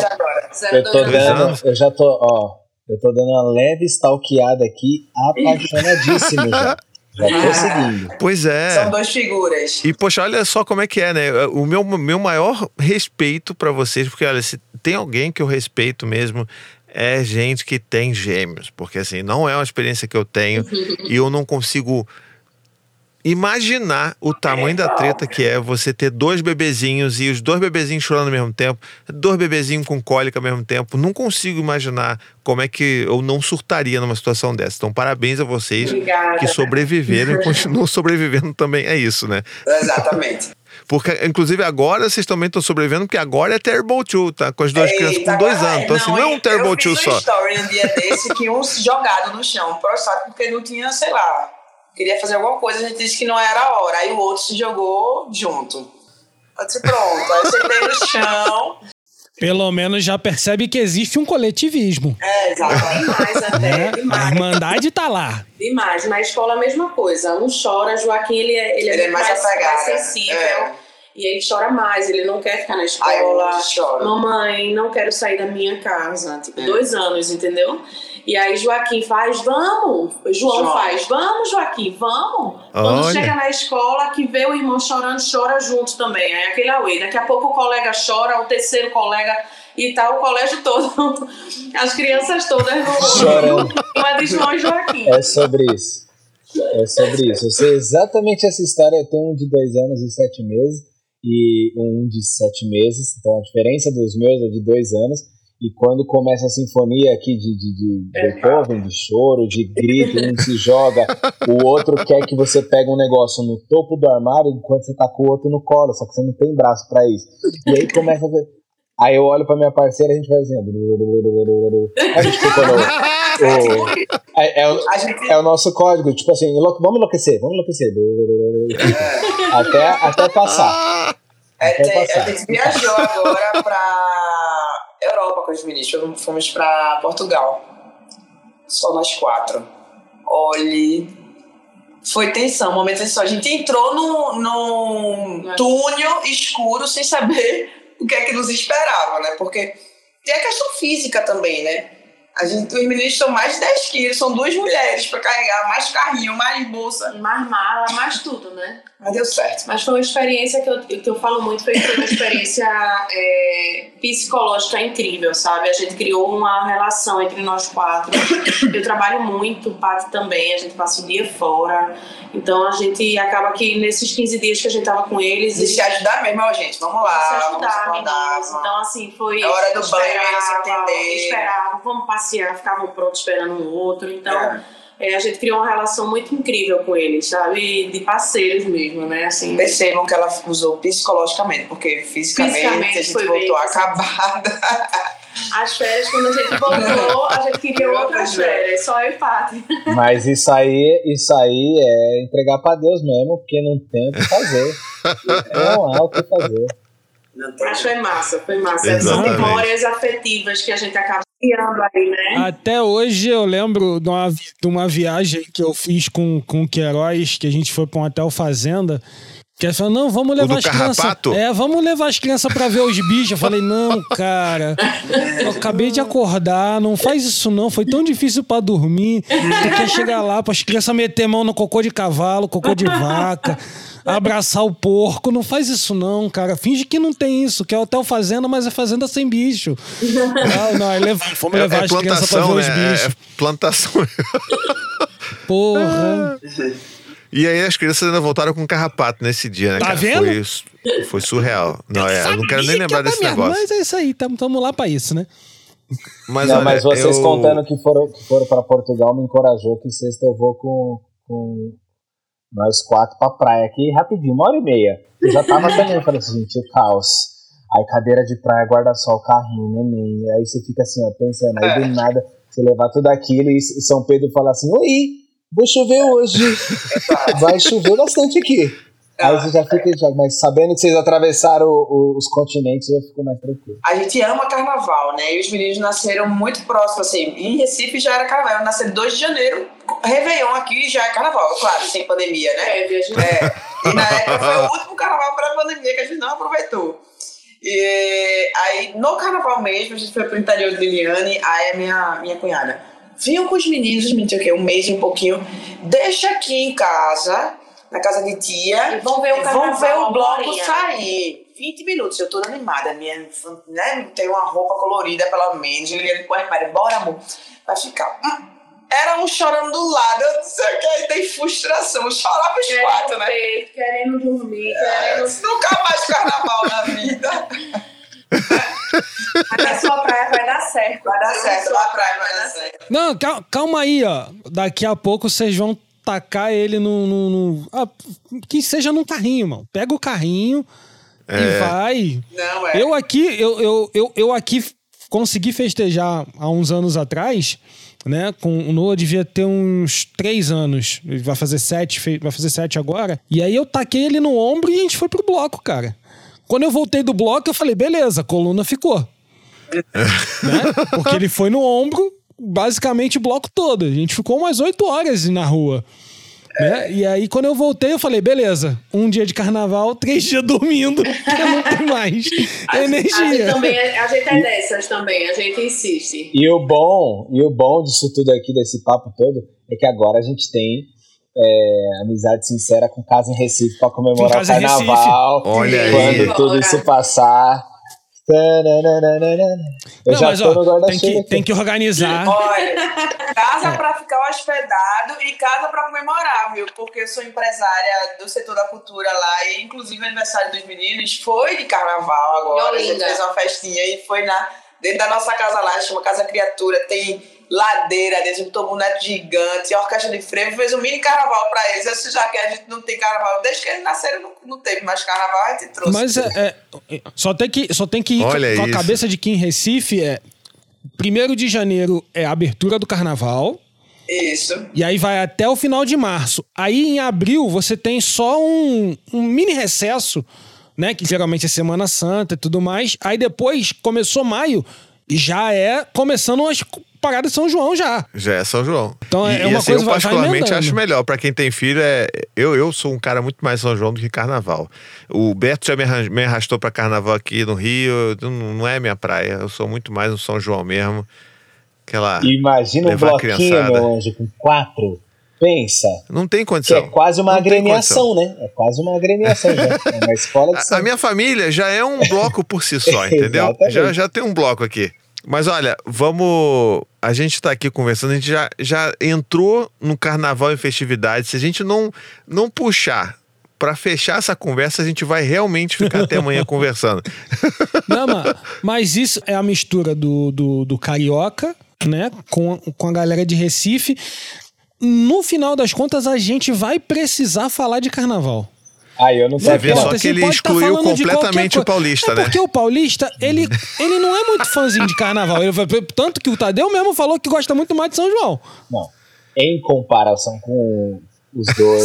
Eu tô dando uma leve stalkeada aqui, apaixonadíssimo já. Já tô seguindo. Pois é. São 2 figuras. E, poxa, olha só como é que é, né? O meu maior respeito pra vocês, porque, olha, se tem alguém que eu respeito mesmo, é gente que tem gêmeos. Porque, assim, não é uma experiência que eu tenho e eu não consigo imaginar o tamanho da treta que é você ter 2 bebezinhos e os 2 bebezinhos chorando ao mesmo tempo, 2 bebezinhos com cólica ao mesmo tempo. Não consigo imaginar como é que eu não surtaria numa situação dessa. Então, parabéns a vocês. Obrigada. Que sobreviveram e continuam sobrevivendo também. É isso, né? Exatamente. Porque, inclusive, agora vocês também estão sobrevivendo, porque agora é Terrible 2, tá? Com as 2 crianças com 2 anos. Então, assim, não é um Terrible 2 só. Eu fiz uma story um dia desse que um jogado no chão, prostrado, porque não tinha, sei lá, queria fazer alguma coisa, a gente disse que não era a hora. Aí o outro se jogou junto. Eu disse, pronto. Aí eu sentei no chão. Pelo menos já percebe que existe um coletivismo. Exatamente. Demais até, demais. A Irmandade tá lá. Demais. Na escola a mesma coisa. Um chora, Joaquim, ele é mais apegado, sensível. E ele chora mais, ele não quer ficar na escola. Mamãe, não quero sair da minha casa. Tipo, 2 anos, entendeu? E aí Joaquim faz, vamos. João faz, vamos, Joaquim, vamos. Quando chega na escola, que vê o irmão chorando, chora junto também. Aí aquele auê. Daqui a pouco o colega chora, o terceiro colega e tá o colégio todo. As crianças todas chorando. Uma de João e Joaquim. É sobre isso. Eu sei exatamente essa história. Eu tenho um de 2 anos e 7 meses e um de 7 meses. Então a diferença dos meus é de 2 anos. E quando começa a sinfonia aqui de Beethoven, de choro, de grito, um se joga, o outro quer que você pegue um negócio no topo do armário enquanto você tá com o outro no colo, só que você não tem braço pra isso. E aí começa a ver. Aí eu olho pra minha parceira e a gente vai assim, a gente fica é o nosso código, tipo assim, vamos enlouquecer. Até passar. A gente viajou agora pra Europa com os meninos, fomos pra Portugal, só nós 4. Olha, foi tensão, momento de tensão. A gente entrou num túnel escuro sem saber o que é que nos esperava, né? Porque tem a questão física também, né? Os meninos são mais de 10 quilos, são 2 mulheres para carregar, mais carrinho, mais bolsa. Mais mala, mais tudo, né? Mas deu certo. Mas foi uma experiência que eu falo muito, foi uma experiência psicológica incrível, sabe? A gente criou uma relação entre nós 4. Eu trabalho muito, o Paty também, a gente passa o dia fora. Então a gente acaba que nesses 15 dias que a gente tava com eles... E se ajudar mesmo, ó, gente, vamos lá. Se ajudar, meninos. Então assim, foi... Na hora do banho, eles entenderem. Esperavam, vamos passear, ficavam prontos esperando um outro. Então... a gente criou uma relação muito incrível com eles, sabe? De parceiros mesmo, né? Assim, percebam que ela usou psicologicamente, porque fisicamente a gente voltou acabada. As férias, quando a gente voltou, a gente queria outras férias, só eu e Paty. Mas isso aí é entregar pra Deus mesmo, porque não tem o que fazer. Não há o que fazer. Mas foi massa. São memórias afetivas que a gente acaba criando aí, né? Até hoje eu lembro de uma viagem que eu fiz com o Queiroz, que a gente foi pra um hotel fazenda, que ele falou, não, vamos levar as crianças. Vamos levar as crianças pra ver os bichos. Eu falei, não, cara, eu acabei de acordar, não faz isso não, foi tão difícil pra dormir. Tu quer chegar lá para as crianças meter mão no cocô de cavalo, cocô de vaca, abraçar o porco, não faz isso não, cara. Finge que não tem isso, que é hotel fazenda, mas é fazenda sem bicho. Fomos levar as crianças pra ver os bichos. É plantação. Porra. E aí as crianças ainda voltaram com carrapato nesse dia, né? Tá cara? vendo? Foi surreal. Eu não quero nem lembrar desse negócio. Mas é isso aí, estamos lá pra isso, né? Mas vocês contando que foram pra Portugal me encorajou que sexta eu vou com nós 4 pra praia aqui, rapidinho, 1h30. Eu já tava também, falei assim, gente, o caos. Aí cadeira de praia, guarda-sol, carrinho, neném. Aí você fica assim, ó, pensando, aí do nada, você levar tudo aquilo e São Pedro fala assim, oi, vou chover hoje. Vai chover bastante aqui. Aí você já fica, mas sabendo que vocês atravessaram os continentes, eu fico mais tranquilo. A gente ama carnaval, né? E os meninos nasceram muito próximos, assim. Em Recife já era carnaval. Eu nasci 2 de janeiro, Réveillon aqui já é carnaval, claro, sem pandemia, né? E na época foi o último carnaval pré-pandemia que a gente não aproveitou. E aí, no carnaval mesmo, a gente foi pro interior de Liliane, aí minha cunhada vinham com os meninos tinham o quê? 1 mês e um pouquinho. Deixa aqui em casa, na casa de tia. E vão ver o bloco sair. 20 minutos, eu tô animada. Tem uma roupa colorida, pelo menos. Liliane com armário. Bora, amor. Vai ficar. Era um chorando do lado. Eu não sei o que, aí tem frustração. Chorar pros 4, né? Querendo dormir, nunca mais carnaval na vida. Mas a sua praia vai dar certo. Vai dar certo, a praia vai dar certo. Não, calma aí, ó. Daqui a pouco vocês vão tacar ele que seja num carrinho, mano. Pega o carrinho e vai. Não, Eu aqui consegui festejar há uns anos atrás, né? Com o Noah devia ter uns 3 anos. Ele vai fazer 7 agora. E aí eu taquei ele no ombro e a gente foi pro bloco, cara. Quando eu voltei do bloco, eu falei, beleza, a coluna ficou. Né? Porque ele foi no ombro, basicamente o bloco todo. A gente ficou umas 8 horas na rua. Né? E aí, quando eu voltei, eu falei, beleza, um dia de carnaval, 3 dias dormindo, eu não tenho mais energia. A gente é dessas também, a gente insiste. E o bom disso tudo aqui, desse papo todo, é que agora a gente tem amizade sincera com casa em Recife pra comemorar o carnaval. Olha aí. Quando tudo isso passar. Eu já tô no guarda-chuva. Tem que organizar. Olha, casa pra ficar hospedado e casa pra comemorar, viu? Porque eu sou empresária do setor da cultura lá e, inclusive, o aniversário dos meninos foi de carnaval agora. A gente fez uma festinha e foi dentro da nossa casa lá, chama Casa Criatura, tem ladeira dentro, botou boneco gigante, orquestra de frevo, fez um mini carnaval pra eles. Assim, já que a gente não tem carnaval, desde que eles nasceram não teve mais carnaval, a gente trouxe. Mas só tem que ir com a cabeça de que em Recife 1º de janeiro é a abertura do carnaval. Isso. E aí vai até o final de março. Aí em abril você tem só um mini recesso, né? Que geralmente é Semana Santa e tudo mais. Aí depois, começou maio, já começando as paradas de São João já. Já é São João. Então e uma assim, coisa eu particularmente vai acho melhor. Pra quem tem filho, eu sou um cara muito mais São João do que Carnaval. O Beto já me arrastou pra Carnaval aqui no Rio. Não é minha praia. Eu sou muito mais um São João mesmo. Imagina um bloquinho, meu anjo, com 4. Pensa. Não tem condição. Que é quase uma agremiação, né? É quase uma agremiação já. É uma escola de a minha família já é um bloco por si só, entendeu? já tem um bloco aqui. Mas olha, a gente tá aqui conversando, a gente já entrou no carnaval e festividade. Se a gente não puxar pra fechar essa conversa, a gente vai realmente ficar até amanhã conversando. Não, mas isso é a mistura do carioca, né? Com a galera de Recife. No final das contas, a gente vai precisar falar de carnaval. Eu não sei. Você vê só que ele excluiu completamente o paulista, né? Porque o paulista, ele não é muito fãzinho de carnaval. Tanto que o Tadeu mesmo falou que gosta muito mais de São João. Não. Em comparação com os dois...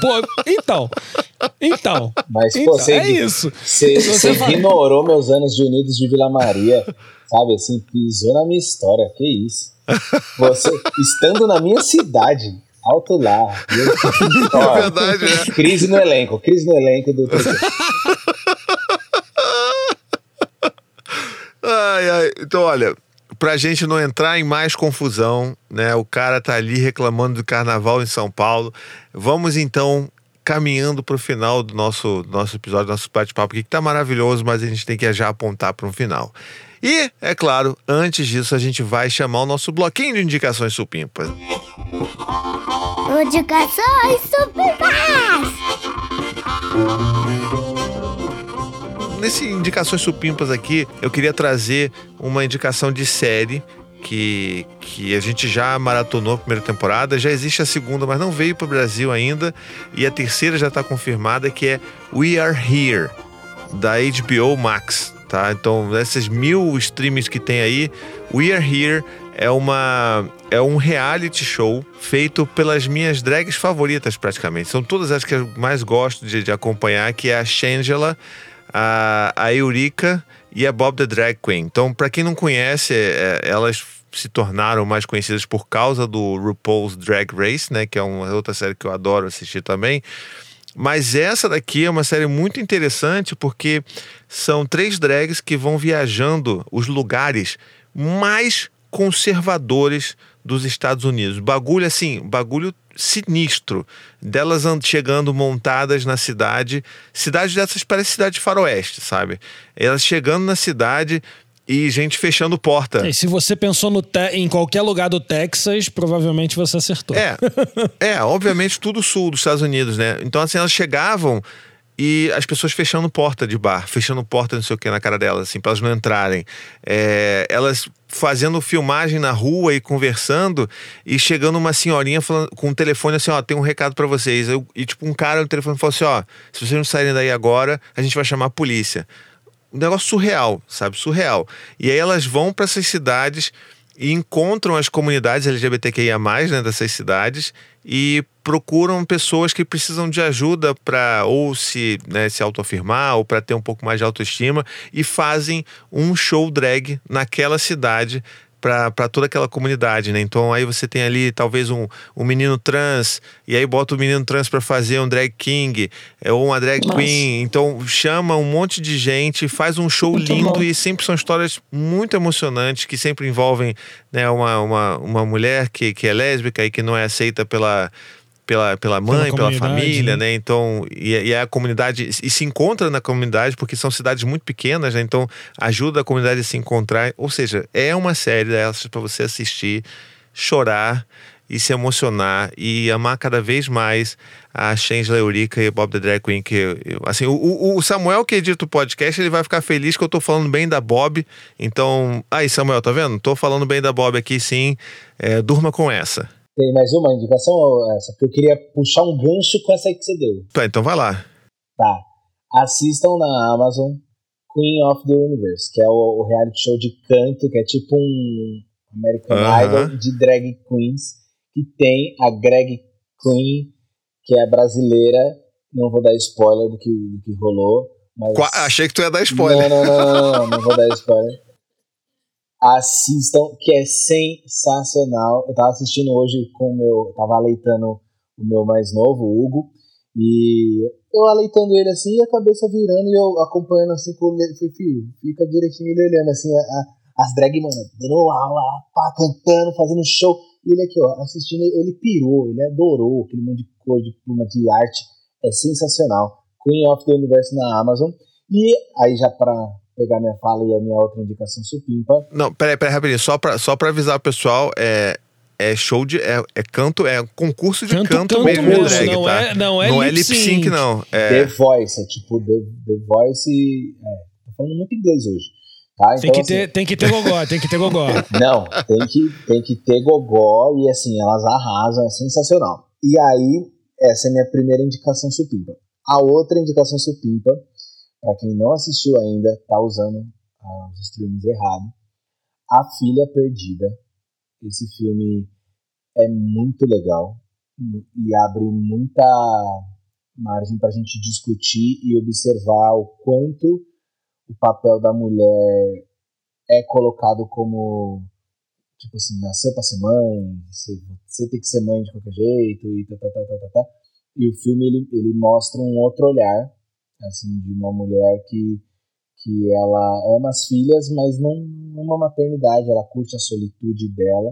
Então. Mas, pô, você ignorou meus anos de Unidos de Vila Maria. Sabe, assim, pisou na minha história. Que isso? Você, estando na minha cidade... Alto lá. É verdade, né? Crise no elenco do Então, olha, pra gente não entrar em mais confusão, né? O cara tá ali reclamando do carnaval em São Paulo. Vamos então caminhando pro final do nosso episódio, nosso bate-papo aqui, que tá maravilhoso, mas a gente tem que já apontar para um final. E, é claro, antes disso a gente vai chamar o nosso bloquinho de indicações supimpas. Indicações supimpas! Nesse Indicações Supimpas aqui, eu queria trazer uma indicação de série que a gente já maratonou a primeira temporada, já existe a segunda, mas não veio para o Brasil ainda, e a terceira já está confirmada, que é We Are Here, da HBO Max. Tá? Então, desses 1000 streams que tem aí, We Are Here é um reality show feito pelas minhas drags favoritas, praticamente. São todas as que eu mais gosto de acompanhar, que é a Shangela, a Eureka e a Bob the Drag Queen. Então, para quem não conhece, elas se tornaram mais conhecidas por causa do RuPaul's Drag Race, né? Que é uma outra série que eu adoro assistir também. Mas essa daqui é uma série muito interessante porque são 3 drags que vão viajando os lugares mais conservadores dos Estados Unidos. Bagulho sinistro. Delas chegando montadas na cidade dessas parece cidade de faroeste, sabe? Elas chegando na cidade e gente fechando porta. E se você pensou em qualquer lugar do Texas, provavelmente você acertou. Obviamente tudo sul dos Estados Unidos, né? Então assim, elas chegavam e as pessoas fechando porta de bar, fechando porta não sei o que na cara delas, assim, pra elas não entrarem. Elas fazendo filmagem na rua e conversando, e chegando uma senhorinha falando, com um telefone assim, tem um recado pra vocês. E tipo, um cara no telefone falou assim, se vocês não saírem daí agora, a gente vai chamar a polícia. Um negócio surreal, sabe? Surreal. E aí elas vão para essas cidades e encontram as comunidades LGBTQIA+, né, dessas cidades, e procuram pessoas que precisam de ajuda para ou se autoafirmar ou para ter um pouco mais de autoestima, e fazem um show drag naquela cidade para toda aquela comunidade, né? Então aí você tem ali talvez um menino trans, e aí bota o menino trans para fazer um drag king, ou uma drag queen. Então chama um monte de gente, faz um show muito lindo bom. E sempre são histórias muito emocionantes que sempre envolvem, né, uma mulher que é lésbica e que não é aceita pela mãe, pela família, né? Então, e a comunidade, e se encontra na comunidade, porque são cidades muito pequenas, né? Então, ajuda a comunidade a se encontrar. Ou seja, é uma série dessas para você assistir, chorar e se emocionar e amar cada vez mais a Shangela Eurica e Bob the Drag Queen. Assim, o Samuel, que edita o podcast, ele vai ficar feliz que eu tô falando bem da Bob. Então, aí, Samuel, tá vendo? Tô falando bem da Bob aqui, sim. Durma com essa. Tem mais uma indicação ou essa? Porque eu queria puxar um gancho com essa aí que você deu. Tá, então vai lá. Tá. Assistam na Amazon Queen of the Universe, que é o reality show de canto, que é tipo um American Idol de drag queens, que tem a Greg Queen, que é brasileira. Não vou dar spoiler do que rolou. Mas... Achei que tu ia dar spoiler. Não vou dar spoiler. Assistam, que é sensacional. Eu tava assistindo hoje tava aleitando o meu mais novo, o Hugo, e eu aleitando ele assim, e a cabeça virando, e eu acompanhando assim, filho, fica direitinho ele olhando assim, as drag, mano, dando aula, cantando, fazendo show, e ele aqui, ó, assistindo, ele pirou, ele adorou aquele monte de cor, de pluma, de arte, é sensacional. Queen of the Universe na Amazon. E aí, já pra pegar minha fala e a minha outra indicação supimpa. Não, peraí, rapidinho. Só pra avisar o pessoal, é show de... É canto, é concurso de canto mesmo de drag, não, tá? Não é lip sync, não. The Voice, é tipo The Voice... tô falando muito inglês hoje. Tá? Então, tem que ter gogó. Não, tem que ter gogó, e assim, elas arrasam, é sensacional. E aí, essa é a minha primeira indicação supimpa. A outra indicação supimpa, pra quem não assistiu ainda, tá usando os streams errados, A Filha Perdida. Esse filme é muito legal e abre muita margem pra gente discutir e observar o quanto o papel da mulher é colocado como, tipo assim, nasceu pra ser mãe, você tem que ser mãe de qualquer jeito, e tá. E o filme, ele mostra um outro olhar, assim, de uma mulher que ela ama as filhas, mas não uma maternidade, ela curte a solitude dela,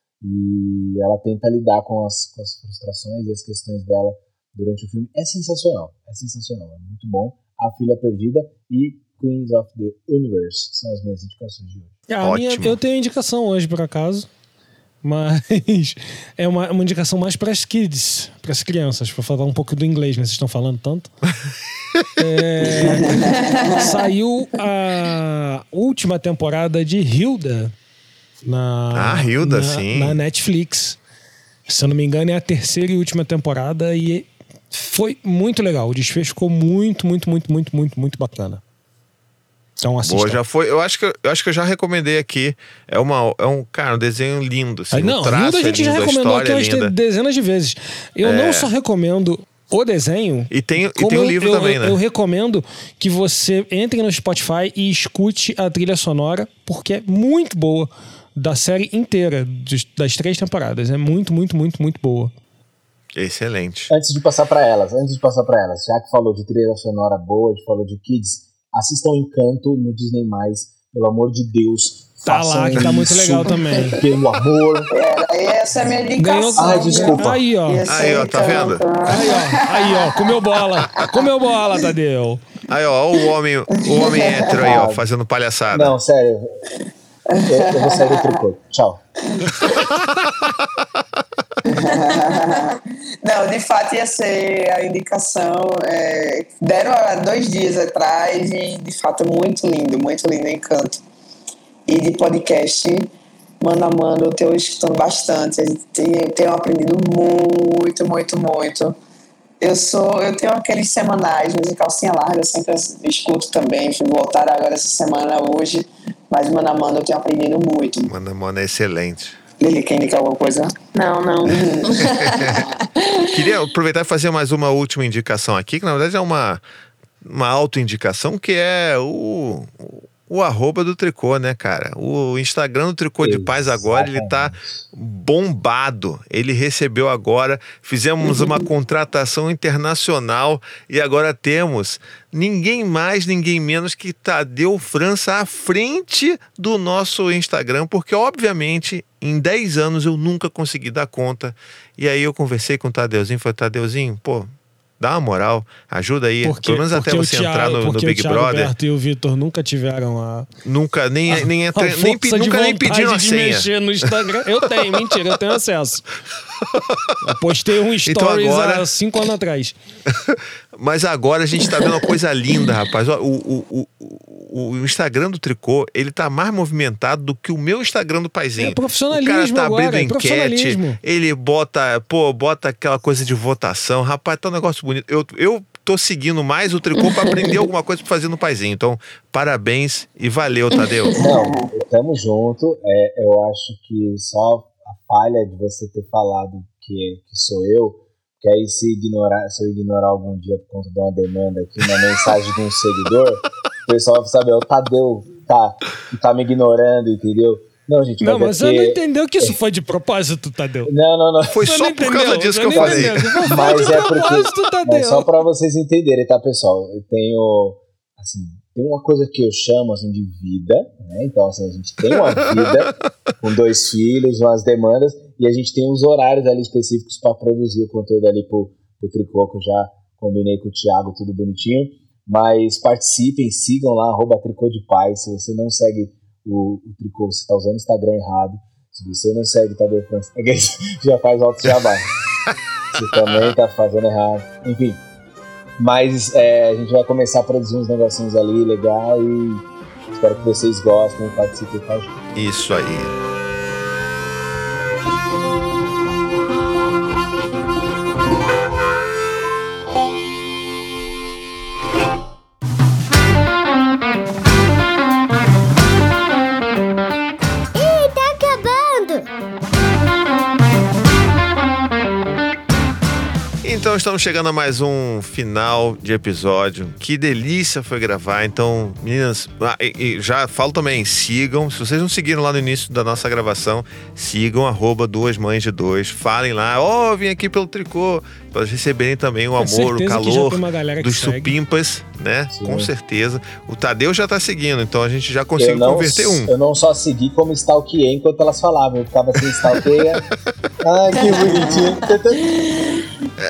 e ela tenta lidar com as frustrações e as questões dela durante o filme. É sensacional, é muito bom. A Filha Perdida e Queens of the Universe são as minhas indicações de hoje. Eu tenho indicação hoje, por acaso, mas é uma indicação mais para as kids, para as crianças, para falar um pouco do inglês, mas vocês estão falando tanto. Saiu a última temporada de Hilda Hilda, sim, na Netflix. Se eu não me engano, é a terceira e última temporada, e foi muito legal. O desfecho ficou muito bacana. Então assistam. Boa, já foi. Eu acho que eu já recomendei aqui. É um desenho lindo. Assim, não, Hilda a gente já recomendou aqui umas dezenas de vezes. Eu não só recomendo o desenho. E tem o livro também, né? Eu recomendo que você entre no Spotify e escute a trilha sonora, porque é muito boa, da série inteira, das 3 temporadas. É muito boa. Excelente. Antes de passar pra elas, já que falou de trilha sonora boa, falou de kids, assistam Encanto no Disney+, pelo amor de Deus. Tá lá, que tá muito legal também. Pelo amor. Essa é a minha indicação. Ai, desculpa. Aí, ó, tá vendo? Aí, ó, comeu bola, Tadeu. Aí, ó, o homem hétero aí, ó, fazendo palhaçada. Não, sério. Eu vou sair do tricô. Tchau. Não, de fato ia ser a indicação. Deram há 2 dias atrás e de fato é muito lindo Encanto. E de podcast, mano a mano, eu tenho escutando bastante. Eu tenho aprendido muito. Eu tenho aqueles semanais, mas em calcinha larga, eu sempre escuto também. Fui voltar agora essa semana, hoje. Mas mano a mano, eu tenho aprendido muito. Mano a mano é excelente. Lili, quer indicar alguma coisa? Não. Queria aproveitar e fazer mais uma última indicação aqui, que na verdade é uma autoindicação, que é o o arroba do Tricô, né, cara? O Instagram do Tricô de Paz agora, ele tá bombado. Ele recebeu agora, fizemos uma contratação internacional e agora temos ninguém mais, ninguém menos que Tadeu França à frente do nosso Instagram, porque obviamente em 10 anos eu nunca consegui dar conta. E aí eu conversei com o Tadeuzinho, falei, Tadeuzinho, pô, dá uma moral, ajuda aí, pelo menos até você entrar no Big Brother. O Roberto e o Vitor nunca tiveram a... Nunca, nem pediram a senha. Mexer no Instagram. Eu tenho, mentira, eu tenho acesso. Eu postei um stories então agora... há 5 anos atrás. Mas agora a gente tá vendo uma coisa linda, rapaz. O Instagram do Tricô, ele tá mais movimentado do que o meu Instagram do Paizinho. É profissionalismo. O cara tá abrindo agora, enquete, ele bota aquela coisa de votação. Rapaz, tá um negócio bonito. Eu tô seguindo mais o Tricô pra aprender alguma coisa pra fazer no Paizinho. Então, parabéns e valeu, Tadeu. Não, tamo junto. Eu acho que só a falha de você ter falado que sou eu, que aí se eu ignorar algum dia por conta de uma demanda aqui, uma mensagem de um seguidor, o pessoal vai saber, o Tadeu tá me ignorando, entendeu? Não, gente, não, mas você não entendeu que isso foi de propósito, Tadeu. Não. Foi só por causa disso que eu falei. Mas é porque... só pra vocês entenderem, tá, pessoal? Eu tenho, assim, tem uma coisa que eu chamo, assim, de vida, né? Então, assim, a gente tem uma vida com 2 filhos, umas demandas, e a gente tem uns horários ali específicos para produzir o conteúdo ali pro Tricô, que eu já combinei com o Thiago, tudo bonitinho. Mas participem, sigam lá, @Tricô de Paz. Se você não segue o Tricô, você tá usando o Instagram errado. Se você não segue Tadeu França, já faz alto jabá. Você também tá fazendo errado. Enfim. Mas a gente vai começar a produzir uns negocinhos ali, legal, e espero que vocês gostem e participem com a gente. Isso aí. Então estamos chegando a mais um final de episódio. Que delícia foi gravar. Então, meninas, e já falo também, sigam. Se vocês não seguiram lá no início da nossa gravação, sigam @duasmãesde2. Falem lá, vim aqui pelo Tricô, para eles receberem também o amor, o calor dos supimpas, né? Sim. Com certeza. O Tadeu já tá seguindo, então a gente já conseguiu converter um. Eu não só segui, como stalkeei enquanto elas falavam. Eu ficava assim, stalkeia. Ai, que bonitinho.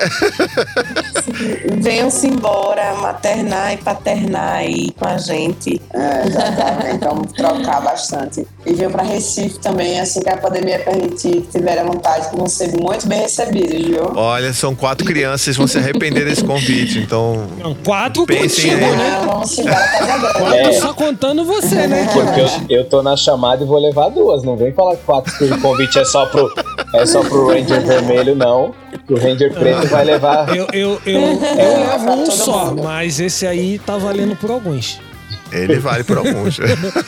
Venham-se embora, maternar e paternar aí com a gente. Exatamente, vamos trocar bastante. E venham para Recife também, assim que a pandemia permitir, que tiverem vontade, que vão ser muito bem recebidos, viu? Olha, são 4 crianças, vocês vão se arrepender desse convite, então... Não, 4 pensem contigo, aí. né? Vamos embora pra casa grande. 4 só contando você, né? Porque eu tô na chamada e vou levar 2, não vem falar que 4 que o convite é só pro Ranger vermelho, não. Que o Ranger preto vai levar... Eu levo um só, mas esse aí tá valendo por alguns. Ele vale por alguns.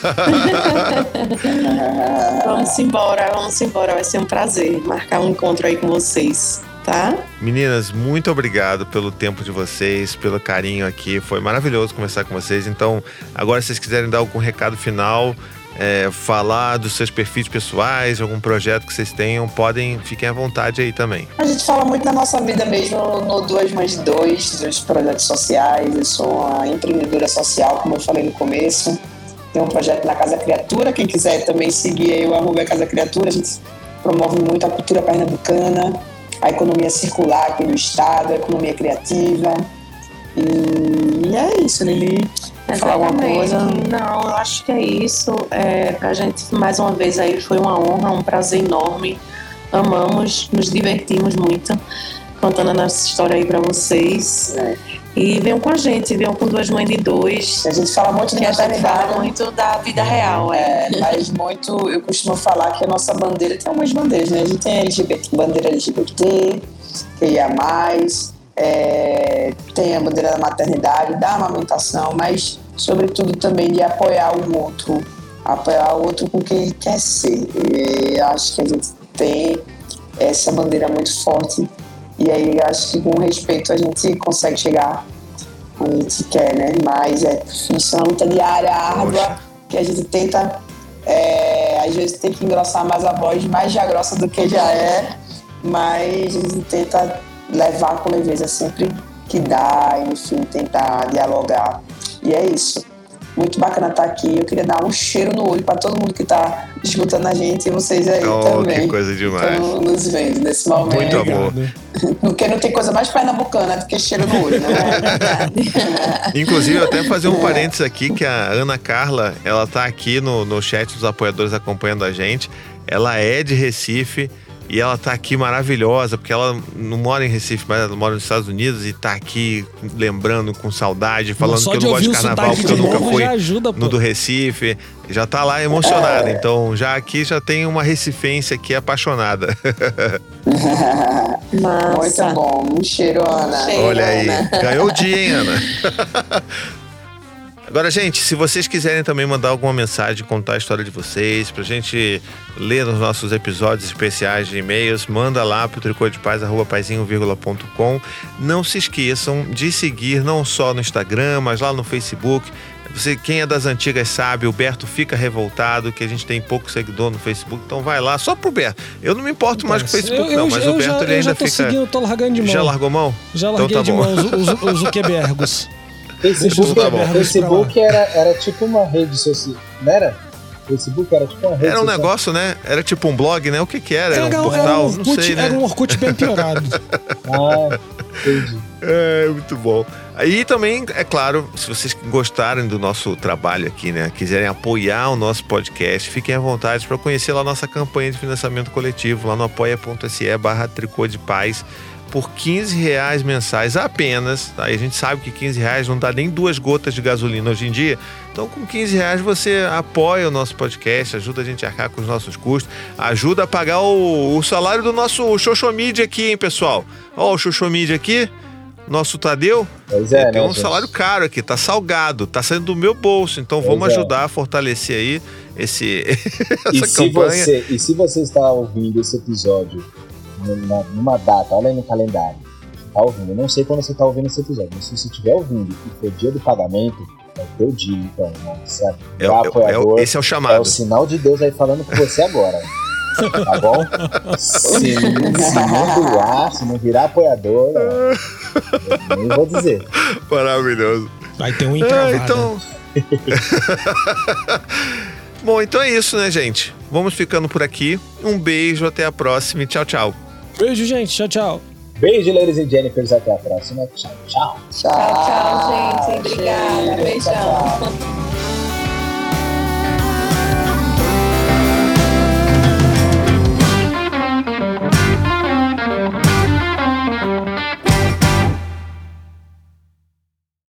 Vamos embora, vai ser um prazer marcar um encontro aí com vocês, tá? Meninas, muito obrigado pelo tempo de vocês, pelo carinho aqui, foi maravilhoso conversar com vocês. Então, agora se vocês quiserem dar algum recado final, falar dos seus perfis pessoais, algum projeto que vocês tenham, fiquem à vontade aí também. A gente fala muito da nossa vida mesmo no 2 mais 2, dos projetos sociais. Eu sou uma empreendedora social, como eu falei no começo. Tem um projeto na Casa Criatura, quem quiser também seguir aí o @Casa Criatura. A gente promove muito a cultura pernambucana, a economia circular aqui no estado, a economia criativa. E é isso, Lili. Falar alguma coisa? Não, eu acho que é isso. Pra gente, mais uma vez aí, foi uma honra, um prazer enorme. Amamos, nos divertimos muito contando a nossa história aí pra vocês. E venham com a gente, venham com 2 mães de 2. A gente fala muito de maternidade, fala muito da vida real. Mas muito, eu costumo falar que a nossa bandeira tem algumas bandeiras, né? A gente tem bandeira LGBT, QIA+, tem a bandeira da maternidade, da amamentação, mas sobretudo também de apoiar o outro com quem ele quer ser. E acho que a gente tem essa bandeira muito forte, e aí acho que com respeito a gente consegue chegar onde a gente quer, né? Mas é difícil, é uma luta diária, árdua, que a gente tenta, às vezes tem que engrossar mais a voz, mais já grossa do que já é, mas a gente tenta levar com leveza sempre que dá, enfim, tentar dialogar. E é isso. Muito bacana estar aqui. Eu queria dar um cheiro no olho para todo mundo que está escutando a gente e vocês aí também. Que coisa demais. Estão nos vendo nesse momento. Muito amor. Porque não tem coisa mais pernambucana do que cheiro no olho, não é verdade? Inclusive, eu até fazer um parênteses aqui, que a Ana Carla, ela tá aqui no chat dos apoiadores acompanhando a gente. Ela é de Recife. E ela tá aqui maravilhosa, porque ela não mora em Recife, mas ela mora nos Estados Unidos e tá aqui lembrando com saudade, falando que eu não gosto de carnaval, porque eu nunca fui no do Recife. Já tá lá emocionada. Então, já aqui já tem uma recifense aqui apaixonada. Muito bom. Um cheiro, Ana. Olha aí. Ganhou o dia, hein, Ana? Agora, gente, se vocês quiserem também mandar alguma mensagem, contar a história de vocês, pra gente ler nos nossos episódios especiais de e-mails, manda lá pro tricodepaz@paizinho.com. Não se esqueçam de seguir não só no Instagram, mas lá no Facebook. Quem é das antigas sabe, o Berto fica revoltado que a gente tem pouco seguidor no Facebook, então vai lá, só pro Berto. Eu não me importo mais com o Facebook, mas o Berto ele ainda fica... Seguindo, tô largando de mão. Já largou mão? Já larguei então, de mão os Zuckerbergos. Facebook era tipo uma rede social, não era? Facebook era tipo uma rede social. Era um negócio, né? Era tipo um blog, né? O que era? Era um portal? Não sei, né? Era um Orkut bem piorado. Entendi. Muito bom. Aí também, é claro, se vocês gostarem do nosso trabalho aqui, né? Quiserem apoiar o nosso podcast, fiquem à vontade para conhecer lá a nossa campanha de financiamento coletivo, lá no apoia.se/Tricô de Paz. Por R$15 mensais apenas, tá? E a gente sabe que R$15 não dá nem 2 gotas de gasolina hoje em dia. Então, com R$15 você apoia o nosso podcast, ajuda a gente a arcar com os nossos custos, ajuda a pagar o salário do nosso Xoxomídia aqui, hein, pessoal? Ó, o Xoxomídia aqui, nosso Tadeu, tem um salário caro aqui, tá salgado, tá saindo do meu bolso. Então, vamos ajudar a fortalecer aí essa campanha. E se você está ouvindo esse episódio numa data, olha aí no calendário, tá ouvindo, eu não sei quando você tá ouvindo esse episódio, mas se você estiver ouvindo e for dia do pagamento, é o teu dia, então, sabe? Apoiador, esse é o chamado. É o sinal de Deus aí falando com você agora, tá bom? Se não doar, se não virar apoiador, eu nem vou dizer. Maravilhoso. Vai ter um entravado. Então... Bom, então é isso, né, gente? Vamos ficando por aqui. Um beijo, até a próxima e tchau, tchau. Beijo, gente. Tchau, tchau. Beijo, ladies e Jennifers. Até a próxima. Tchau, tchau. Tchau, gente. Obrigada. Beijão.